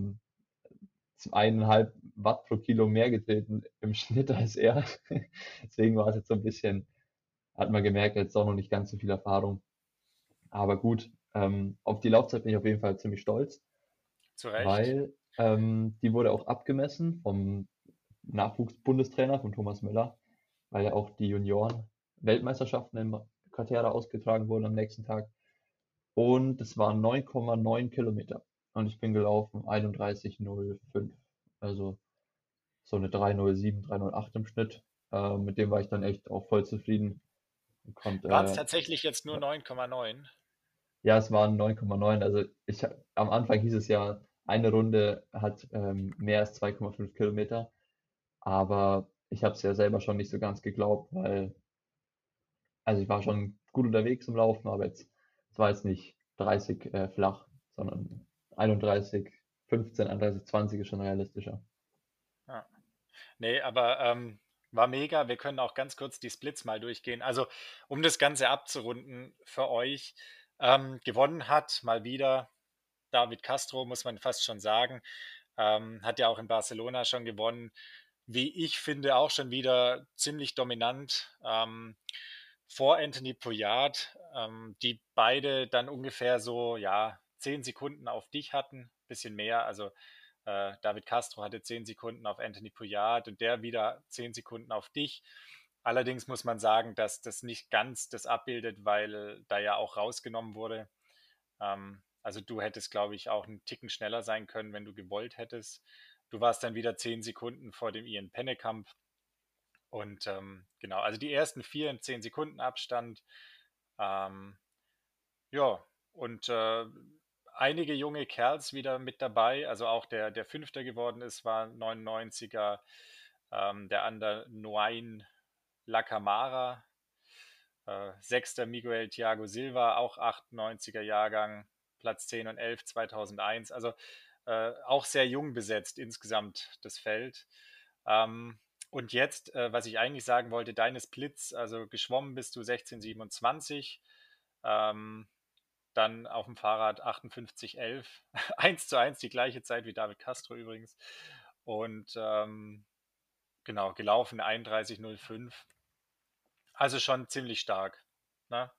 1,5 Watt pro Kilo mehr getreten im Schnitt als er. Deswegen war es jetzt so ein bisschen, hat man gemerkt, jetzt auch noch nicht ganz so viel Erfahrung. Aber gut, auf die Laufzeit bin ich auf jeden Fall ziemlich stolz, Zu Recht. weil die wurde auch abgemessen vom Nachwuchsbundestrainer von Thomas Müller, weil er auch die Junioren-Weltmeisterschaften in Katerra ausgetragen wurden am nächsten Tag. Und es waren 9,9 Kilometer. Und ich bin gelaufen 31,05. Also so eine 3,07, 3,08 im Schnitt. Mit dem war ich dann echt auch voll zufrieden und Waren es konnte, tatsächlich jetzt nur 9,9? ja, es waren 9,9. Also am Anfang hieß es ja, eine Runde hat mehr als 2,5 Kilometer. Aber ich habe es ja selber schon nicht so ganz geglaubt, weil, also ich war schon gut unterwegs im Laufen, aber es war jetzt nicht 30 flach, sondern 31, 15, 31, 20 ist schon realistischer. Ja. Nee, aber war mega. Wir können auch ganz kurz die Splits mal durchgehen. Also, um das Ganze abzurunden für euch, gewonnen hat mal wieder David Castro, muss man fast schon sagen. Hat ja auch in Barcelona schon gewonnen. Wie ich finde, auch schon wieder ziemlich dominant vor Anthony Poyat, die beide dann ungefähr so, ja, 10 Sekunden auf dich hatten, bisschen mehr. Also David Castro hatte 10 Sekunden auf Anthony Poyat und der wieder 10 Sekunden auf dich. Allerdings muss man sagen, dass das nicht ganz das abbildet, weil da ja auch rausgenommen wurde. Also du hättest, glaube ich, auch einen Ticken schneller sein können, wenn du gewollt hättest. Du warst dann wieder 10 Sekunden vor dem Ian Pennekamp. Und genau, also die ersten vier in 10 Sekunden Abstand. Ähm, ja, und einige junge Kerls wieder mit dabei. Also auch der Fünfter geworden ist, war 99er. Der andere Noain Lacamara. Sechster Miguel Thiago Silva, auch 98er Jahrgang, Platz 10 und 11 2001. Also auch sehr jung besetzt insgesamt das Feld. Ähm, und jetzt, was ich eigentlich sagen wollte, deine Splits, also geschwommen bist du 16,27, ähm, dann auf dem Fahrrad 58,11, 1:1, die gleiche Zeit wie David Castro übrigens. Und genau, gelaufen 31,05. Also schon ziemlich stark. Ne?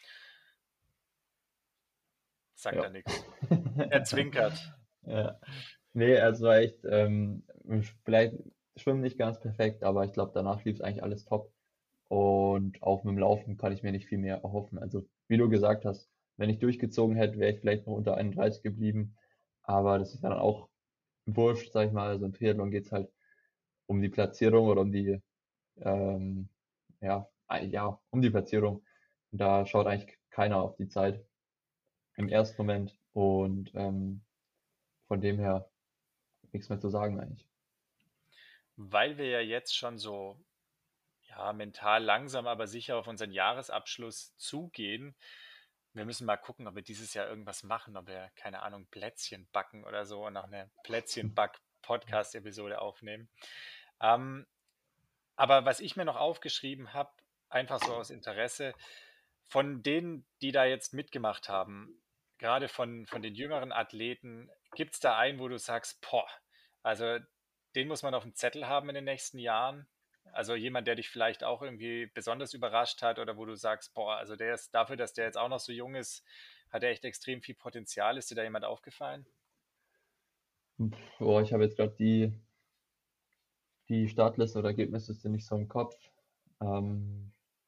Sagt er Ja. nichts. Er zwinkert. Ja. Nee, also war echt, vielleicht Schwimmen nicht ganz perfekt, aber ich glaube, danach lief es eigentlich alles top. Und auch mit dem Laufen kann ich mir nicht viel mehr erhoffen. Also, wie du gesagt hast, wenn ich durchgezogen hätte, wäre ich vielleicht noch unter 31 geblieben. Aber das ist ja dann auch wurscht, sag ich mal. Also im Triathlon geht es halt um die Platzierung oder um die, ähm, ja, um die Platzierung. Und da schaut eigentlich keiner auf die Zeit im ersten Moment. Und von dem her nichts mehr zu sagen eigentlich. Weil wir ja jetzt schon so, ja, mental langsam, aber sicher auf unseren Jahresabschluss zugehen. Wir müssen mal gucken, ob wir dieses Jahr irgendwas machen, ob wir, keine Ahnung, Plätzchen backen oder so und noch eine Plätzchenback-Podcast-Episode aufnehmen. Ähm, aber was ich mir noch aufgeschrieben habe, einfach so aus Interesse, von denen, die da jetzt mitgemacht haben, gerade von den jüngeren Athleten, gibt es da einen, wo du sagst, boah, also den muss man auf dem Zettel haben in den nächsten Jahren? Also jemand, der dich vielleicht auch irgendwie besonders überrascht hat oder wo du sagst, boah, also der ist dafür, dass der jetzt auch noch so jung ist, hat er echt extrem viel Potenzial. Ist dir da jemand aufgefallen? Boah, ich habe jetzt gerade die Startliste oder Ergebnisliste nicht so im Kopf. Ähm,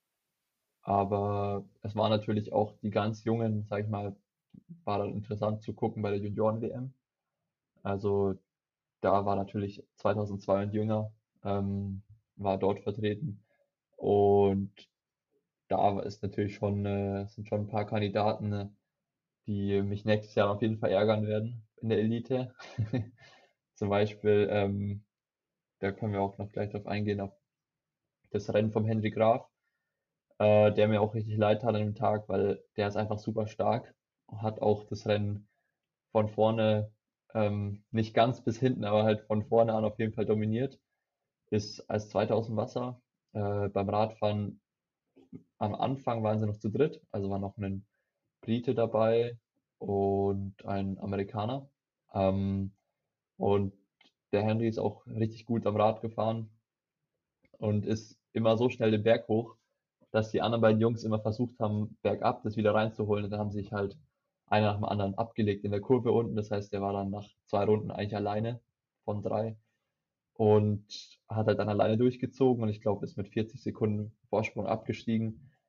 aber es war natürlich auch die ganz Jungen, sag ich mal, war dann interessant zu gucken bei der Junioren-WM. Also da war natürlich 2002 und jünger, war dort vertreten. Und da ist natürlich schon, sind schon ein paar Kandidaten, die mich nächstes Jahr auf jeden Fall ärgern werden in der Elite. Zum Beispiel, da können wir auch noch gleich drauf eingehen, auf das Rennen vom Henry Graf, der mir auch richtig leid tat an dem Tag, weil der ist einfach super stark, hat auch das Rennen von vorne, nicht ganz bis hinten, aber halt von vorne an auf jeden Fall dominiert, ist als Zweiter aus dem Wasser. Beim Radfahren am Anfang waren sie noch zu dritt, also war noch ein Brite dabei und ein Amerikaner. Ähm, und der Henry ist auch richtig gut am Rad gefahren und ist immer so schnell den Berg hoch, dass die anderen beiden Jungs immer versucht haben, bergab das wieder reinzuholen. Und dann haben sie sich halt einer nach dem anderen abgelegt in der Kurve unten. Das heißt, der war dann nach 2 Runden eigentlich alleine von 3 und hat halt dann alleine durchgezogen und ich glaube, ist mit 40 Sekunden Vorsprung abgestiegen.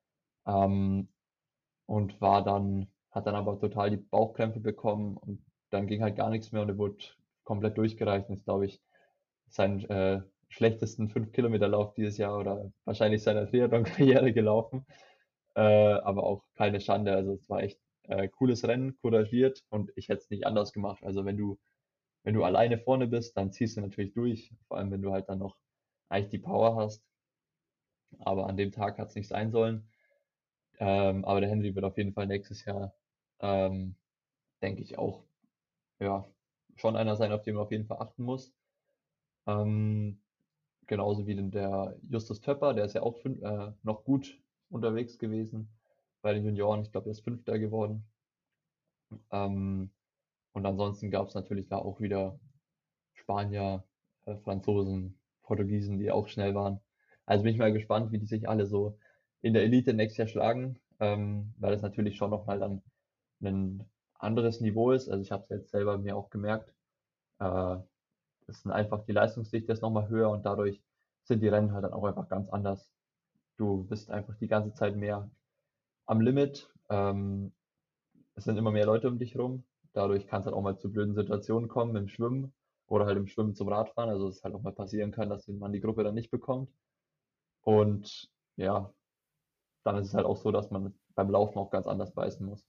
ähm, und hat dann aber total die Bauchkrämpfe bekommen und dann ging halt gar nichts mehr und er wurde komplett durchgereicht und ist, glaube ich, seinen schlechtesten 5-Kilometer-Lauf dieses Jahr oder wahrscheinlich seiner Triathlon-Karriere gelaufen. Aber auch keine Schande. Also es war echt cooles Rennen, couragiert und ich hätte es nicht anders gemacht. Also wenn du alleine vorne bist, dann ziehst du natürlich durch, vor allem wenn du halt dann noch eigentlich die Power hast. Aber an dem Tag hat es nicht sein sollen. Aber der Henry wird auf jeden Fall nächstes Jahr, ähm, denke ich, auch ja, schon einer sein, auf den man auf jeden Fall achten muss. Ähm, Genauso wie der Justus Töpper, der ist ja auch noch gut unterwegs gewesen bei den Junioren. Ich glaube, er ist Fünfter geworden. Ähm, und ansonsten gab es natürlich da auch wieder Spanier, Franzosen, Portugiesen, die auch schnell waren. Also bin ich mal gespannt, wie die sich alle so in der Elite nächstes Jahr schlagen, weil es natürlich schon nochmal dann ein anderes Niveau ist. Also ich habe es jetzt selber mir auch gemerkt. Äh, Es sind einfach die Leistungsdichte ist nochmal höher und dadurch sind die Rennen halt dann auch einfach ganz anders. Du bist einfach die ganze Zeit mehr am Limit. Es sind immer mehr Leute um dich rum. Dadurch kann es halt auch mal zu blöden Situationen kommen im Schwimmen oder halt im Schwimmen zum Radfahren. Also es halt auch mal passieren kann, dass man die Gruppe dann nicht bekommt. Und ja, dann ist es halt auch so, dass man beim Laufen auch ganz anders beißen muss.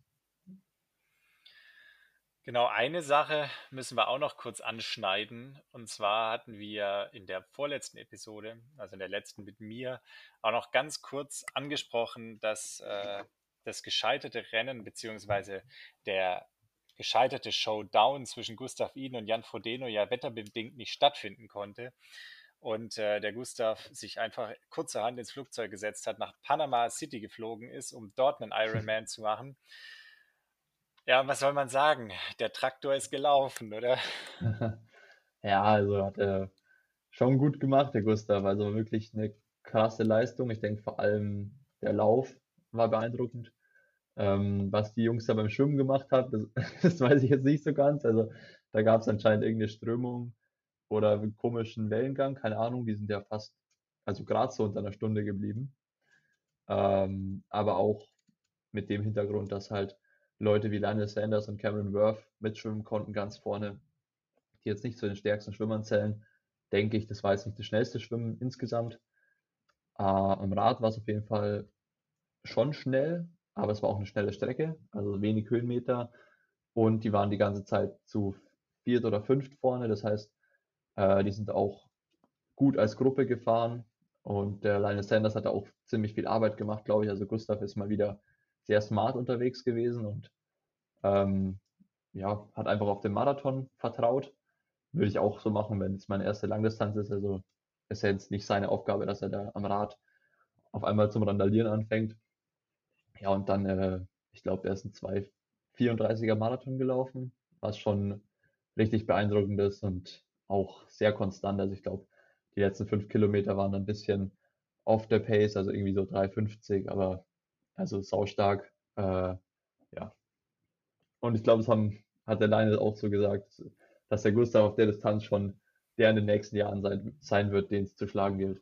Genau, eine Sache müssen wir auch noch kurz anschneiden. Und zwar hatten wir in der vorletzten Episode, also in der letzten mit mir, auch noch ganz kurz angesprochen, dass das gescheiterte Rennen beziehungsweise der gescheiterte Showdown zwischen Gustav Iden und Jan Frodeno ja wetterbedingt nicht stattfinden konnte. Und der Gustav sich einfach kurzerhand ins Flugzeug gesetzt hat, nach Panama City geflogen ist, um dort einen Ironman zu machen. Ja, was soll man sagen? Der Traktor ist gelaufen, oder? Ja, also hat er schon gut gemacht, der Gustav. Also wirklich eine krasse Leistung. Ich denke vor allem der Lauf war beeindruckend. Was die Jungs da beim Schwimmen gemacht haben, das, das weiß ich jetzt nicht so ganz. Also da gab es anscheinend irgendeine Strömung oder einen komischen Wellengang, keine Ahnung. Die sind ja fast, also gerade so unter einer Stunde geblieben. Aber auch mit dem Hintergrund, dass halt Leute wie Lionel Sanders und Cameron Worth mitschwimmen konnten ganz vorne, die jetzt nicht zu den stärksten Schwimmern zählen, denke ich, das war jetzt nicht das schnellste Schwimmen insgesamt. Am Rad war es auf jeden Fall schon schnell, aber es war auch eine schnelle Strecke, also wenig Höhenmeter und die waren die ganze Zeit zu viert oder fünft vorne. Das heißt, die sind auch gut als Gruppe gefahren und der Lionel Sanders hat da auch ziemlich viel Arbeit gemacht, glaube ich. Also Gustav ist mal wieder sehr smart unterwegs gewesen und ähm, ja, hat einfach auf den Marathon vertraut. Würde ich auch so machen, wenn es meine erste Langdistanz ist. Also ist ja jetzt nicht seine Aufgabe, dass er da am Rad auf einmal zum Randalieren anfängt. Ja, und dann, ich glaube, er ist ein 2:34er Marathon gelaufen, was schon richtig beeindruckend ist und auch sehr konstant. Also ich glaube, die letzten 5 Kilometer waren ein bisschen off der Pace, also irgendwie so 3:50, aber also saustark. Ja. Und ich glaube, hat der Lionel auch so gesagt, dass der Gustav auf der Distanz schon der in den nächsten Jahren sein wird, den es zu schlagen gilt.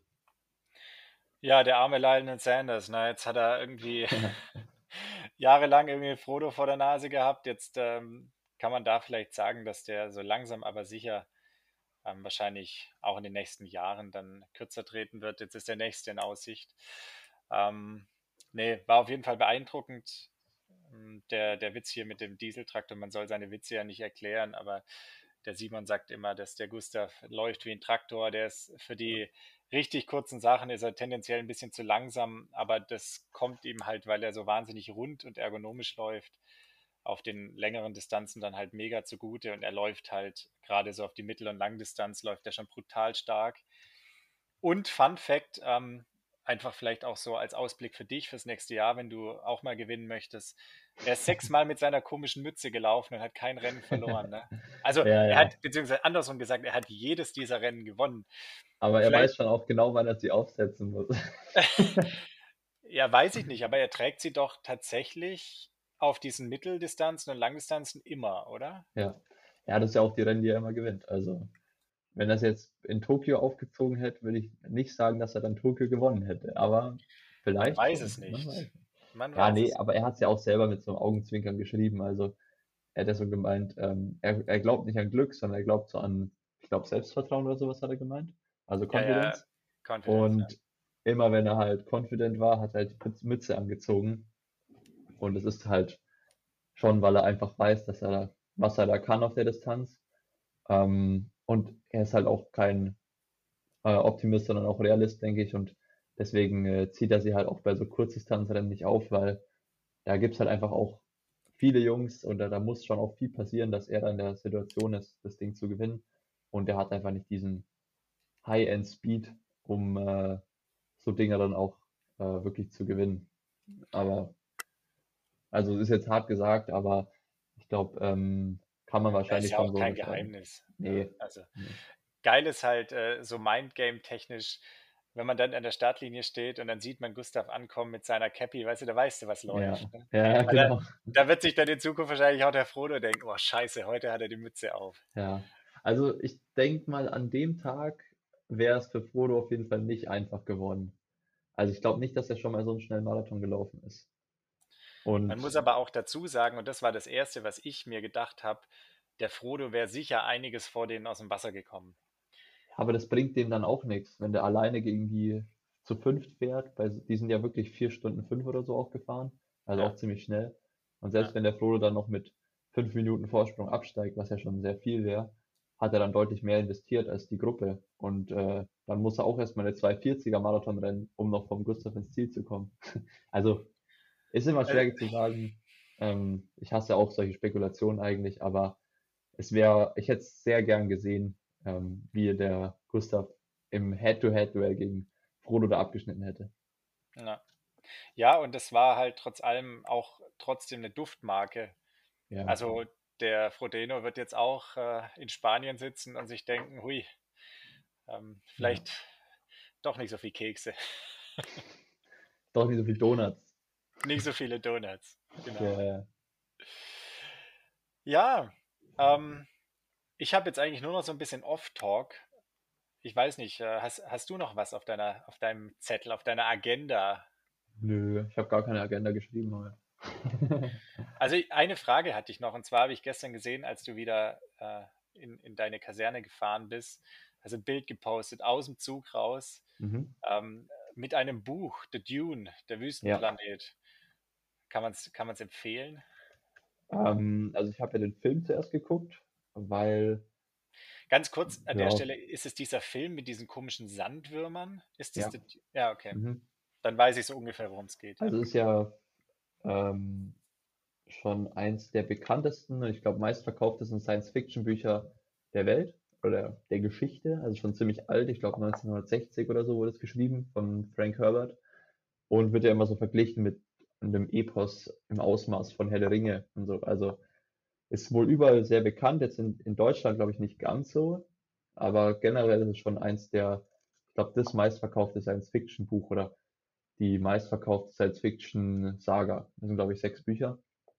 Ja, der arme Lionel Sanders, ne? Jetzt hat er irgendwie jahrelang irgendwie Frodo vor der Nase gehabt. Jetzt kann man da vielleicht sagen, dass der so langsam aber sicher wahrscheinlich auch in den nächsten Jahren dann kürzer treten wird. Jetzt ist der nächste in Aussicht. Ähm, Nee, war auf jeden Fall beeindruckend. Der Witz hier mit dem Dieseltraktor, man soll seine Witze ja nicht erklären, aber der Simon sagt immer, dass der Gustav läuft wie ein Traktor. Der ist für die richtig kurzen Sachen ist er tendenziell ein bisschen zu langsam, aber das kommt ihm halt, weil er so wahnsinnig rund und ergonomisch läuft, auf den längeren Distanzen dann halt mega zugute und er läuft halt gerade so auf die Mittel- und Langdistanz läuft er schon brutal stark. Und Fun Fact, einfach vielleicht auch so als Ausblick für dich fürs nächste Jahr, wenn du auch mal gewinnen möchtest. Er ist 6-mal mit seiner komischen Mütze gelaufen und hat kein Rennen verloren. Ne? Also Ja, er ja. hat, beziehungsweise andersrum gesagt, er hat jedes dieser Rennen gewonnen. Aber er Vielleicht, weiß schon auch genau, wann er sie aufsetzen muss. ja, weiß ich nicht, aber er trägt sie doch tatsächlich auf diesen Mitteldistanzen und Langdistanzen immer, oder? Ja. Ja, das ist ja auch die Rennen, die er immer gewinnt. Also, wenn er es jetzt in Tokio aufgezogen hätte, würde ich nicht sagen, dass er dann Tokio gewonnen hätte. Aber Man vielleicht weiß es schon. Man weiß nicht. nicht. Man Ja, weiß nee, es. aber er hat es ja auch selber mit so einem Augenzwinkern geschrieben. Also er hat ja so gemeint, er glaubt nicht an Glück, sondern er glaubt so an, ich glaube, Selbstvertrauen oder sowas hat er gemeint. Also Ja, ja, Confidence. Confidence, ja. Und immer wenn er halt confident war, hat er halt die Mütze angezogen. Und es ist halt schon, weil er einfach weiß, was er da kann auf der Distanz. Und er ist halt auch kein Optimist, sondern auch Realist, denke ich. Und deswegen zieht er sie halt auch bei so Kurzdistanzrennen nicht auf, weil da gibt es halt einfach auch viele Jungs und da muss schon auch viel passieren, dass er dann in der Situation ist, das Ding zu gewinnen. Und er hat einfach nicht diesen High-End-Speed, um so Dinger dann auch wirklich zu gewinnen. Aber, also ist jetzt hart gesagt, aber ich glaube, kann man Ja, ist wahrscheinlich ja schon auch so kein beschreiben. Geheimnis. Ja, Nee, also nee. geil ist halt so Mindgame-technisch, wenn man dann an der Startlinie steht und dann sieht man Gustav ankommen mit seiner Cappy, weißt du, da weißt du, was Ja, läuft. Ne? ja, Aber da, genau. da wird sich dann in Zukunft wahrscheinlich auch der Frodo denken, oh Scheiße, heute hat er die Mütze auf. Ja. Also ich denke mal, an dem Tag wäre es für Frodo auf jeden Fall nicht einfach geworden. Also ich glaube nicht, dass er schon mal so einen schnellen Marathon gelaufen ist. Man muss Und aber auch dazu sagen, und das war das Erste, was ich mir gedacht habe, der Frodo wäre sicher einiges vor denen aus dem Wasser gekommen. aber das bringt dem dann auch nichts, wenn der alleine gegen die zu fünft fährt, weil die sind ja wirklich 4 Stunden 5 oder so auch gefahren, also auch Ja, ziemlich schnell. Und ja. selbst wenn der Frodo dann noch mit 5 Minuten Vorsprung absteigt, was ja schon sehr viel wäre, hat er dann deutlich mehr investiert als die Gruppe. Und dann muss er auch erstmal eine 2:40er Marathon rennen, um noch vom Gustav ins Ziel zu kommen. Also ist immer Äh, schwer zu sagen. Ich hasse auch solche Spekulationen eigentlich, aber ich hätte es sehr gern gesehen, wie der Gustav im Head-to-Head-Duell gegen Frodo da abgeschnitten hätte. ja. Ja, und das war halt trotz allem auch trotzdem eine Duftmarke. Ja, Also der Frodeno wird jetzt auch in Spanien sitzen und sich denken, hui, ja. vielleicht doch nicht so viel Kekse, Doch nicht so viel Donuts. nicht so viele Donuts. Ja, Genau. ja. Ja, ähm, ich habe jetzt eigentlich nur noch so ein bisschen Off-Talk. Ich weiß nicht, hast du noch was auf auf deinem Zettel, auf deiner Agenda? Nö, ich habe gar keine Agenda geschrieben heute. Also eine Frage hatte ich noch, und zwar habe ich gestern gesehen, als du wieder in deine Kaserne gefahren bist, also ein Bild gepostet aus dem Zug raus Mhm. mit einem Buch, The Dune, der Ja. Wüstenplanet. Kann man's empfehlen? Also ich habe ja den Film zuerst geguckt, weil, Ganz kurz an der ja, Stelle, ist es dieser Film mit diesen komischen Sandwürmern? Ist das ja. der, ja, okay. Mhm. Dann weiß ich so ungefähr, worum es geht, ja. Also ist ja ähm, schon eins der bekanntesten und ich glaube meistverkauftesten Science-Fiction-Bücher der Welt oder der Geschichte. Also schon ziemlich alt, ich glaube 1960 oder so wurde es geschrieben von Frank Herbert und wird ja immer so verglichen mit einem Epos im Ausmaß von Herr der Ringe und so. Also ist wohl überall sehr bekannt, jetzt in Deutschland glaube ich nicht ganz so, aber generell ist es schon eins der, ich glaube, das meistverkaufte Science-Fiction-Buch oder die meistverkaufte Science-Fiction-Saga. Das sind, glaube ich, 6 Bücher.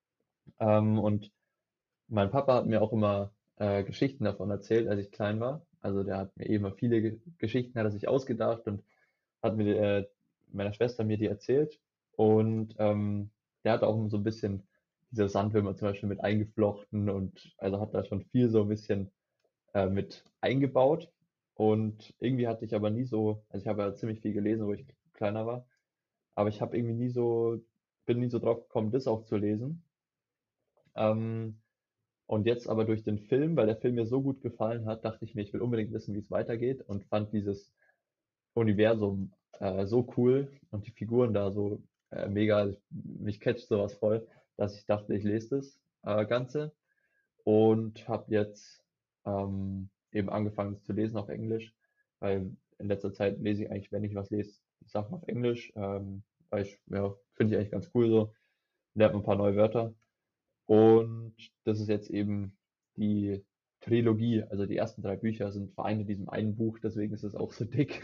Und mein Papa hat mir auch immer Geschichten davon erzählt, als ich klein war. Also der hat mir immer viele Geschichten hat er sich ausgedacht und hat mir meiner Schwester mir die erzählt. Und der hat auch so ein bisschen diese Sandwürmer zum Beispiel mit eingeflochten und also hat da schon viel so ein bisschen mit eingebaut. Und irgendwie hatte ich aber nie so, also ich habe ja ziemlich viel gelesen, wo ich kleiner war, aber ich habe irgendwie bin nie so drauf gekommen, das auch zu lesen. Ähm, und jetzt aber durch den Film, weil der Film mir so gut gefallen hat, dachte ich mir, ich will unbedingt wissen, wie es weitergeht und fand dieses Universum so cool und die Figuren da so mega. Also mich catcht sowas voll, dass ich dachte, ich lese das Ganze und habe jetzt eben angefangen, es zu lesen auf Englisch, weil in letzter Zeit lese ich eigentlich, wenn ich was lese, die Sachen auf Englisch, weil ja, finde ich eigentlich ganz cool so, lernt man ein paar neue Wörter. Und das ist jetzt eben die Trilogie. Also die ersten 3 Bücher sind vereint in diesem einen Buch, deswegen ist es auch so dick.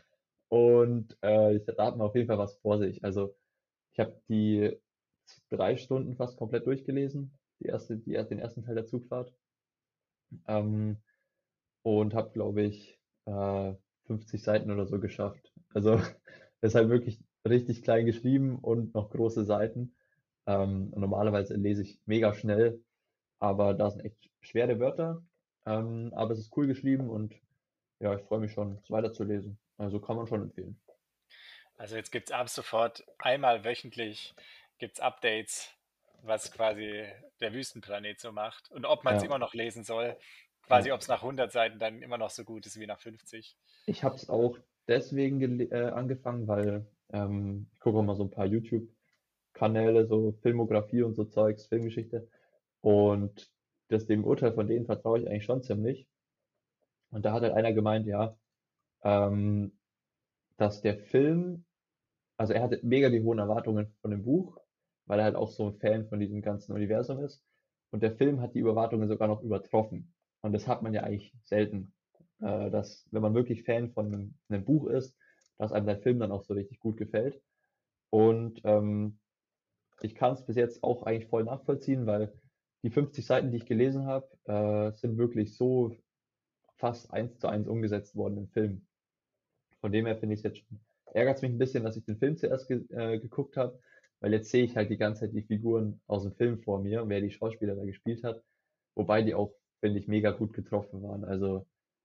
Und da hat man auf jeden Fall was vor sich. Also ich habe die 3 Stunden fast komplett durchgelesen, den ersten Teil der Zugfahrt. Ähm, und habe, glaube ich, 50 Seiten oder so geschafft. Also das ist halt wirklich richtig klein geschrieben und noch große Seiten. Und normalerweise lese ich mega schnell, aber da sind echt schwere Wörter. Aber es ist cool geschrieben und ja, ich freue mich schon, es weiterzulesen. Also kann man schon empfehlen. Also jetzt gibt es ab sofort einmal wöchentlich gibt's Updates, was quasi der Wüstenplanet so macht und ob man es Ja, immer noch lesen soll, quasi ja. ob es nach 100 Seiten dann immer noch so gut ist wie nach 50. Ich habe es auch deswegen angefangen, weil ich gucke auch mal so ein paar YouTube-Kanäle, so Filmografie und so Zeugs, Filmgeschichte. Und dem Urteil von denen vertraue ich eigentlich schon ziemlich. Und da hat halt einer gemeint, ja, ähm, dass der Film, also er hatte mega die hohen Erwartungen von dem Buch, weil er halt auch so ein Fan von diesem ganzen Universum ist. Und der Film hat die Erwartungen sogar noch übertroffen. Und das hat man ja eigentlich selten, dass, wenn man wirklich Fan von einem Buch ist, dass einem der Film dann auch so richtig gut gefällt. Und ich kann es bis jetzt auch eigentlich voll nachvollziehen, weil die 50 Seiten, die ich gelesen habe, sind wirklich so fast eins zu eins umgesetzt worden im Film. Von dem her finde ich es jetzt schon, ärgert es mich ein bisschen, dass ich den Film zuerst geguckt habe, weil jetzt sehe ich halt die ganze Zeit die Figuren aus dem Film vor mir, wer die Schauspieler da gespielt hat, wobei die auch, finde ich, mega gut getroffen waren. Also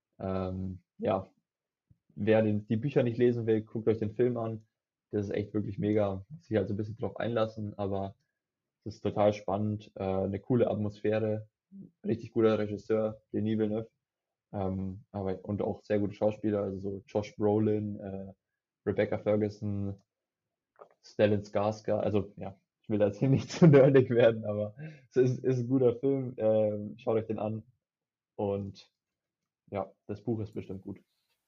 ja, wer die Bücher nicht lesen will, guckt euch den Film an. Das ist echt wirklich mega. Muss sich halt so ein bisschen drauf einlassen, aber es ist total spannend. Eine coole Atmosphäre, richtig guter Regisseur, Denis Villeneuve. Und auch sehr gute Schauspieler, also so Josh Brolin, Rebecca Ferguson, Stellan Skarsgård. Also ja, ich will da jetzt hier nicht zu nerdig werden, aber ist ein guter Film. Schaut euch den an. Und ja, das Buch ist bestimmt gut.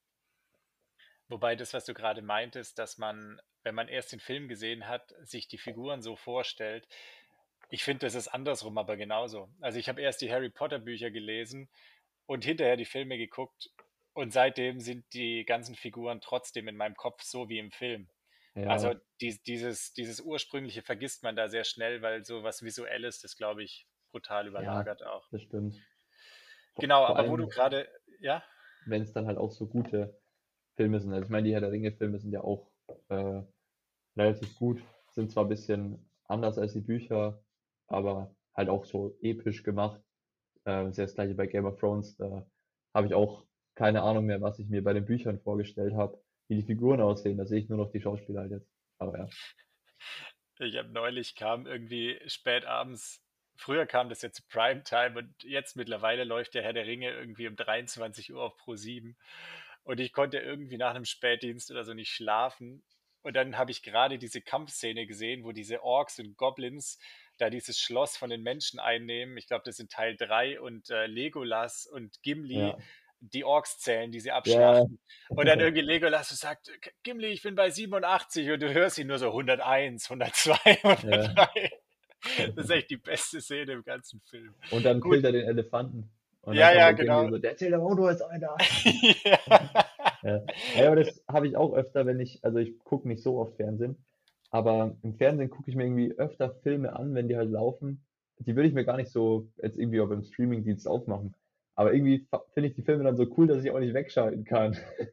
Wobei das, was du gerade meintest, dass man, wenn man erst den Film gesehen hat, sich die Figuren so vorstellt. Ich finde, das ist andersrum aber genauso. Also ich habe erst die Harry Potter Bücher gelesen und hinterher die Filme geguckt und seitdem sind die ganzen Figuren trotzdem in meinem Kopf so wie im Film. Also Ja, dieses Ursprüngliche vergisst man da sehr schnell, weil so was Visuelles das, glaube ich, brutal ja, überlagert auch. das stimmt. Genau, Vor aber wo du allem, gerade, ja, wenn es dann halt auch so gute Filme sind. Also ich meine, die Herr der Ringe-Filme sind ja auch äh, relativ gut, sind zwar ein bisschen anders als die Bücher, aber halt auch so episch gemacht. Das ist ja das gleiche bei Game of Thrones. Da habe ich auch keine Ahnung mehr, was ich mir bei den Büchern vorgestellt habe, wie die Figuren aussehen. Da sehe ich nur noch die Schauspieler halt jetzt. Aber ja. ich habe neulich kam irgendwie spät abends, früher kam das jetzt Primetime und jetzt mittlerweile läuft der Herr der Ringe irgendwie um 23 Uhr auf Pro 7 und ich konnte irgendwie nach einem Spätdienst oder so nicht schlafen und dann habe ich gerade diese Kampfszene gesehen, wo diese Orks und Goblins da dieses Schloss von den Menschen einnehmen. Ich glaube, das sind Teil 3 und Legolas und Gimli Ja, die Orks zählen, die sie ja, abschlachten. Und dann irgendwie Legolas sagt, Gimli, ich bin bei 87 und du hörst ihn nur so 101, 102, ja. 103. Das ist echt die beste Szene im ganzen Film. Und dann Gut, killt er den Elefanten. Und dann ja, kommt ja, der Gimli genau. so, der zählt aber auch nur als einer. Ja. Ja. Ja, aber das habe ich auch öfter, wenn ich, also ich gucke nicht so oft Fernsehen, aber im Fernsehen gucke ich mir irgendwie öfter Filme an, wenn die halt laufen. Die würde ich mir gar nicht so jetzt irgendwie auch beim Streamingdienst aufmachen. Aber irgendwie finde ich die Filme dann so cool, dass ich auch nicht wegschalten kann.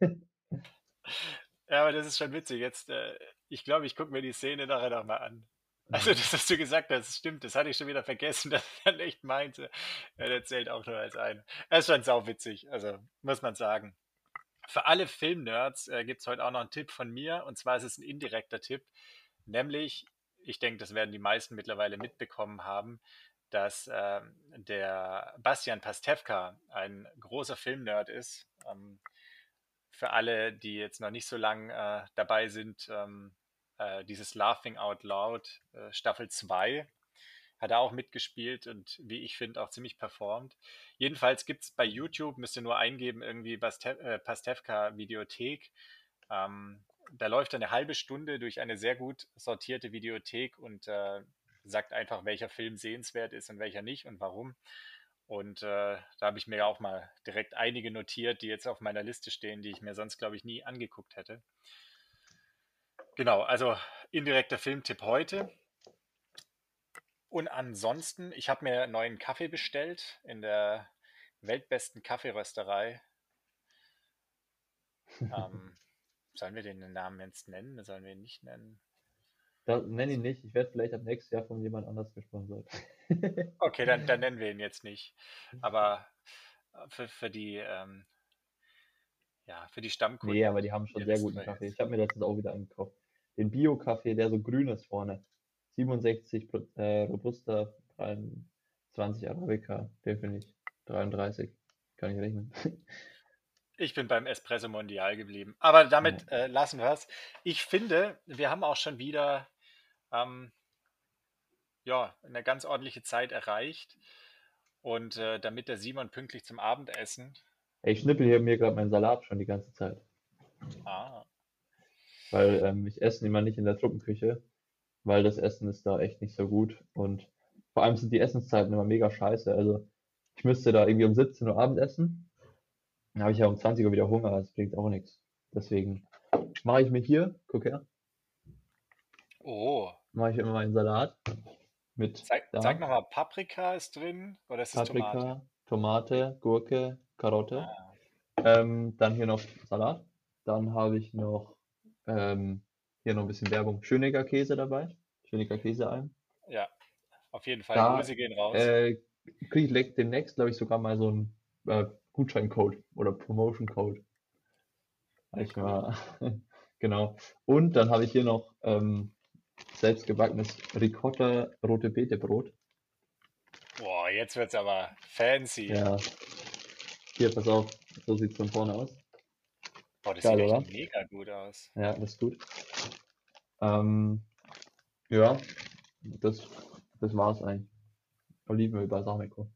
Ja, aber das ist schon witzig. Jetzt, ich glaube, ich gucke mir die Szene nachher nochmal an. Also das, was du gesagt hast, stimmt. Das hatte ich schon wieder vergessen, dass er dann echt meinte. Ja, der zählt auch nur als ein. Er ist schon sauwitzig, also muss man sagen. Für alle Filmnerds gibt es heute auch noch einen Tipp von mir, und zwar ist es ein indirekter Tipp, nämlich, ich denke, das werden die meisten mittlerweile mitbekommen haben, dass der Bastian Pastewka ein großer Filmnerd ist. Für alle, die jetzt noch nicht so lang dabei sind, dieses Laughing Out Loud Staffel 2 hat er auch mitgespielt und wie ich finde auch ziemlich performt. Jedenfalls gibt es bei YouTube, müsst ihr nur eingeben, irgendwie Pastewka Videothek. Da läuft er eine halbe Stunde durch eine sehr gut sortierte Videothek und sagt einfach, welcher Film sehenswert ist und welcher nicht und warum. Und da habe ich mir auch mal direkt einige notiert, die jetzt auf meiner Liste stehen, die ich mir sonst, glaube ich, nie angeguckt hätte. Genau, also indirekter Filmtipp heute. Und ansonsten, ich habe mir neuen Kaffee bestellt in der weltbesten Kaffeerösterei. Ähm, Sollen wir den Namen jetzt nennen? Sollen wir ihn nicht nennen? Nenn ihn nicht. Ich werde vielleicht ab nächstes Jahr von jemand anders gesponsert. Okay, dann nennen wir ihn jetzt nicht. Aber für die, für die Nee, Stammkunden, aber die haben schon ihr sehr wisst, guten wer Kaffee. jetzt. Ich habe mir letztens auch wieder angekauft. Den Bio-Kaffee, der so grün ist vorne. 67 Robusta, 23 Arabica. Den finde ich 33. Kann ich rechnen. Ich bin beim Espresso Mondial geblieben. Aber Ja. damit lassen wir es. Ich finde, wir haben auch schon wieder ähm, eine ganz ordentliche Zeit erreicht. Und damit der Simon pünktlich zum Abendessen. Ey, ich schnippel hier mir gerade meinen Salat schon die ganze Zeit. Ah, Weil ich esse immer nicht in der Truppenküche, weil das Essen ist da echt nicht so gut. Und vor allem sind die Essenszeiten immer mega scheiße. Also ich müsste da irgendwie um 17 Uhr Abend essen. Dann habe ich ja um 20 Uhr wieder Hunger, das bringt auch nichts. Deswegen mache ich mir hier, guck her, oh. mache ich immer meinen Salat mit Zeig da nochmal, Paprika ist drin oder ist es Tomate? Paprika, Tomate, Gurke, Karotte. Ah, Dann hier noch Salat. Dann habe ich noch hier noch ein bisschen Werbung. Schönecker Käse dabei. Schönecker Käse ja, auf jeden Fall. Da Grüße gehen raus. äh, kriege ich demnächst, glaube ich, sogar mal so einen Gutscheincode oder Promotion-Code. Ja, Ich cool. mal, genau. Und dann habe ich hier noch selbstgebackenes Ricotta Rote Beete Brot. Boah, jetzt wird's aber fancy. Ja, hier, pass auf, so sieht es von vorne aus. Boah, das sieht Geil, echt oder? mega gut aus. Ja, das ist gut. Ähm, ja, das, das war's eigentlich. Olivenöl, Balsamico.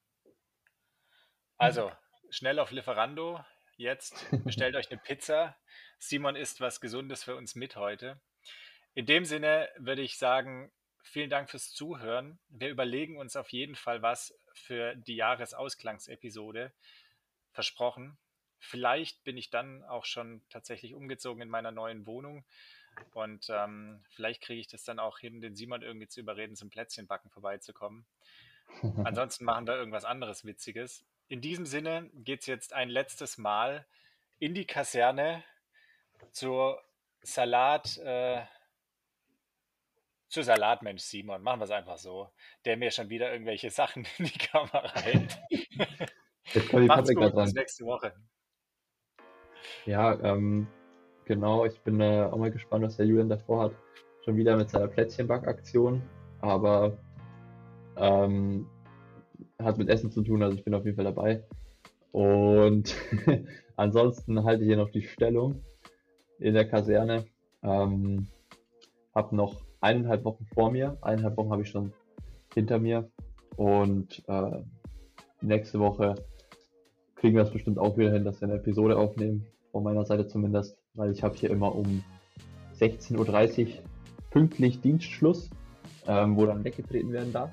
Also, schnell auf Lieferando. Jetzt bestellt euch eine Pizza. Simon isst was Gesundes für uns mit heute. In dem Sinne würde ich sagen, vielen Dank fürs Zuhören. Wir überlegen uns auf jeden Fall was für die Jahresausklangs-Episode. Versprochen. Vielleicht bin ich dann auch schon tatsächlich umgezogen in meiner neuen Wohnung und vielleicht kriege ich das dann auch hin, den Simon irgendwie zu überreden, zum Plätzchenbacken vorbeizukommen. Ansonsten machen wir irgendwas anderes Witziges. In diesem Sinne geht es jetzt ein letztes Mal in die Kaserne zur Salat, zu Salatmensch Simon. Machen wir es einfach so, der mir schon wieder irgendwelche Sachen in die Kamera hält. Jetzt kommt die Macht's Paprika gut, bis dran. nächste Woche. Ja, genau, ich bin auch mal gespannt, was der Julian davor hat. Schon wieder mit seiner Plätzchenbackaktion, aber hat mit Essen zu tun, also ich bin auf jeden Fall dabei. Und ansonsten halte ich hier noch die Stellung in der Kaserne. Habe noch 1,5 Wochen vor mir. 1,5 Wochen habe ich schon hinter mir. Und nächste Woche kriegen wir es bestimmt auch wieder hin, dass wir eine Episode aufnehmen. Von meiner Seite zumindest. Weil ich habe hier immer um 16:30 Uhr pünktlich Dienstschluss, wo dann weggetreten werden darf.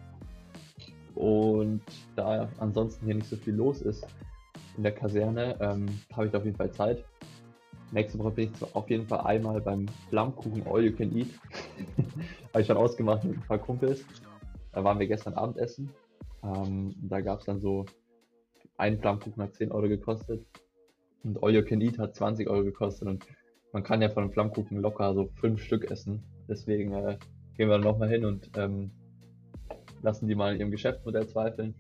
Und da ansonsten hier nicht so viel los ist in der Kaserne, habe ich da auf jeden Fall Zeit. Nächste Woche bin ich zwar auf jeden Fall einmal beim Flammkuchen All You Can Eat. Habe ich schon ausgemacht mit ein paar Kumpels. Da waren wir gestern Abendessen. Da gab es dann so, ein Flammkuchen hat 10 Euro gekostet und All You Can Eat hat 20 Euro gekostet. Und man kann ja von einem Flammkuchen locker so 5 Stück essen. Deswegen gehen wir dann nochmal hin und lassen die mal in ihrem Geschäftsmodell zweifeln.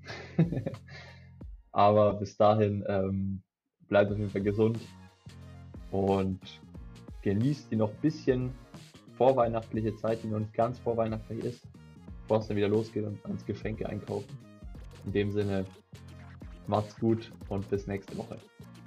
Aber bis dahin bleibt auf jeden Fall gesund und genießt die noch ein bisschen vorweihnachtliche Zeit, die noch nicht ganz vorweihnachtlich ist, bevor es dann wieder losgeht und ans Geschenke einkaufen. In dem Sinne, macht's gut und bis nächste Woche.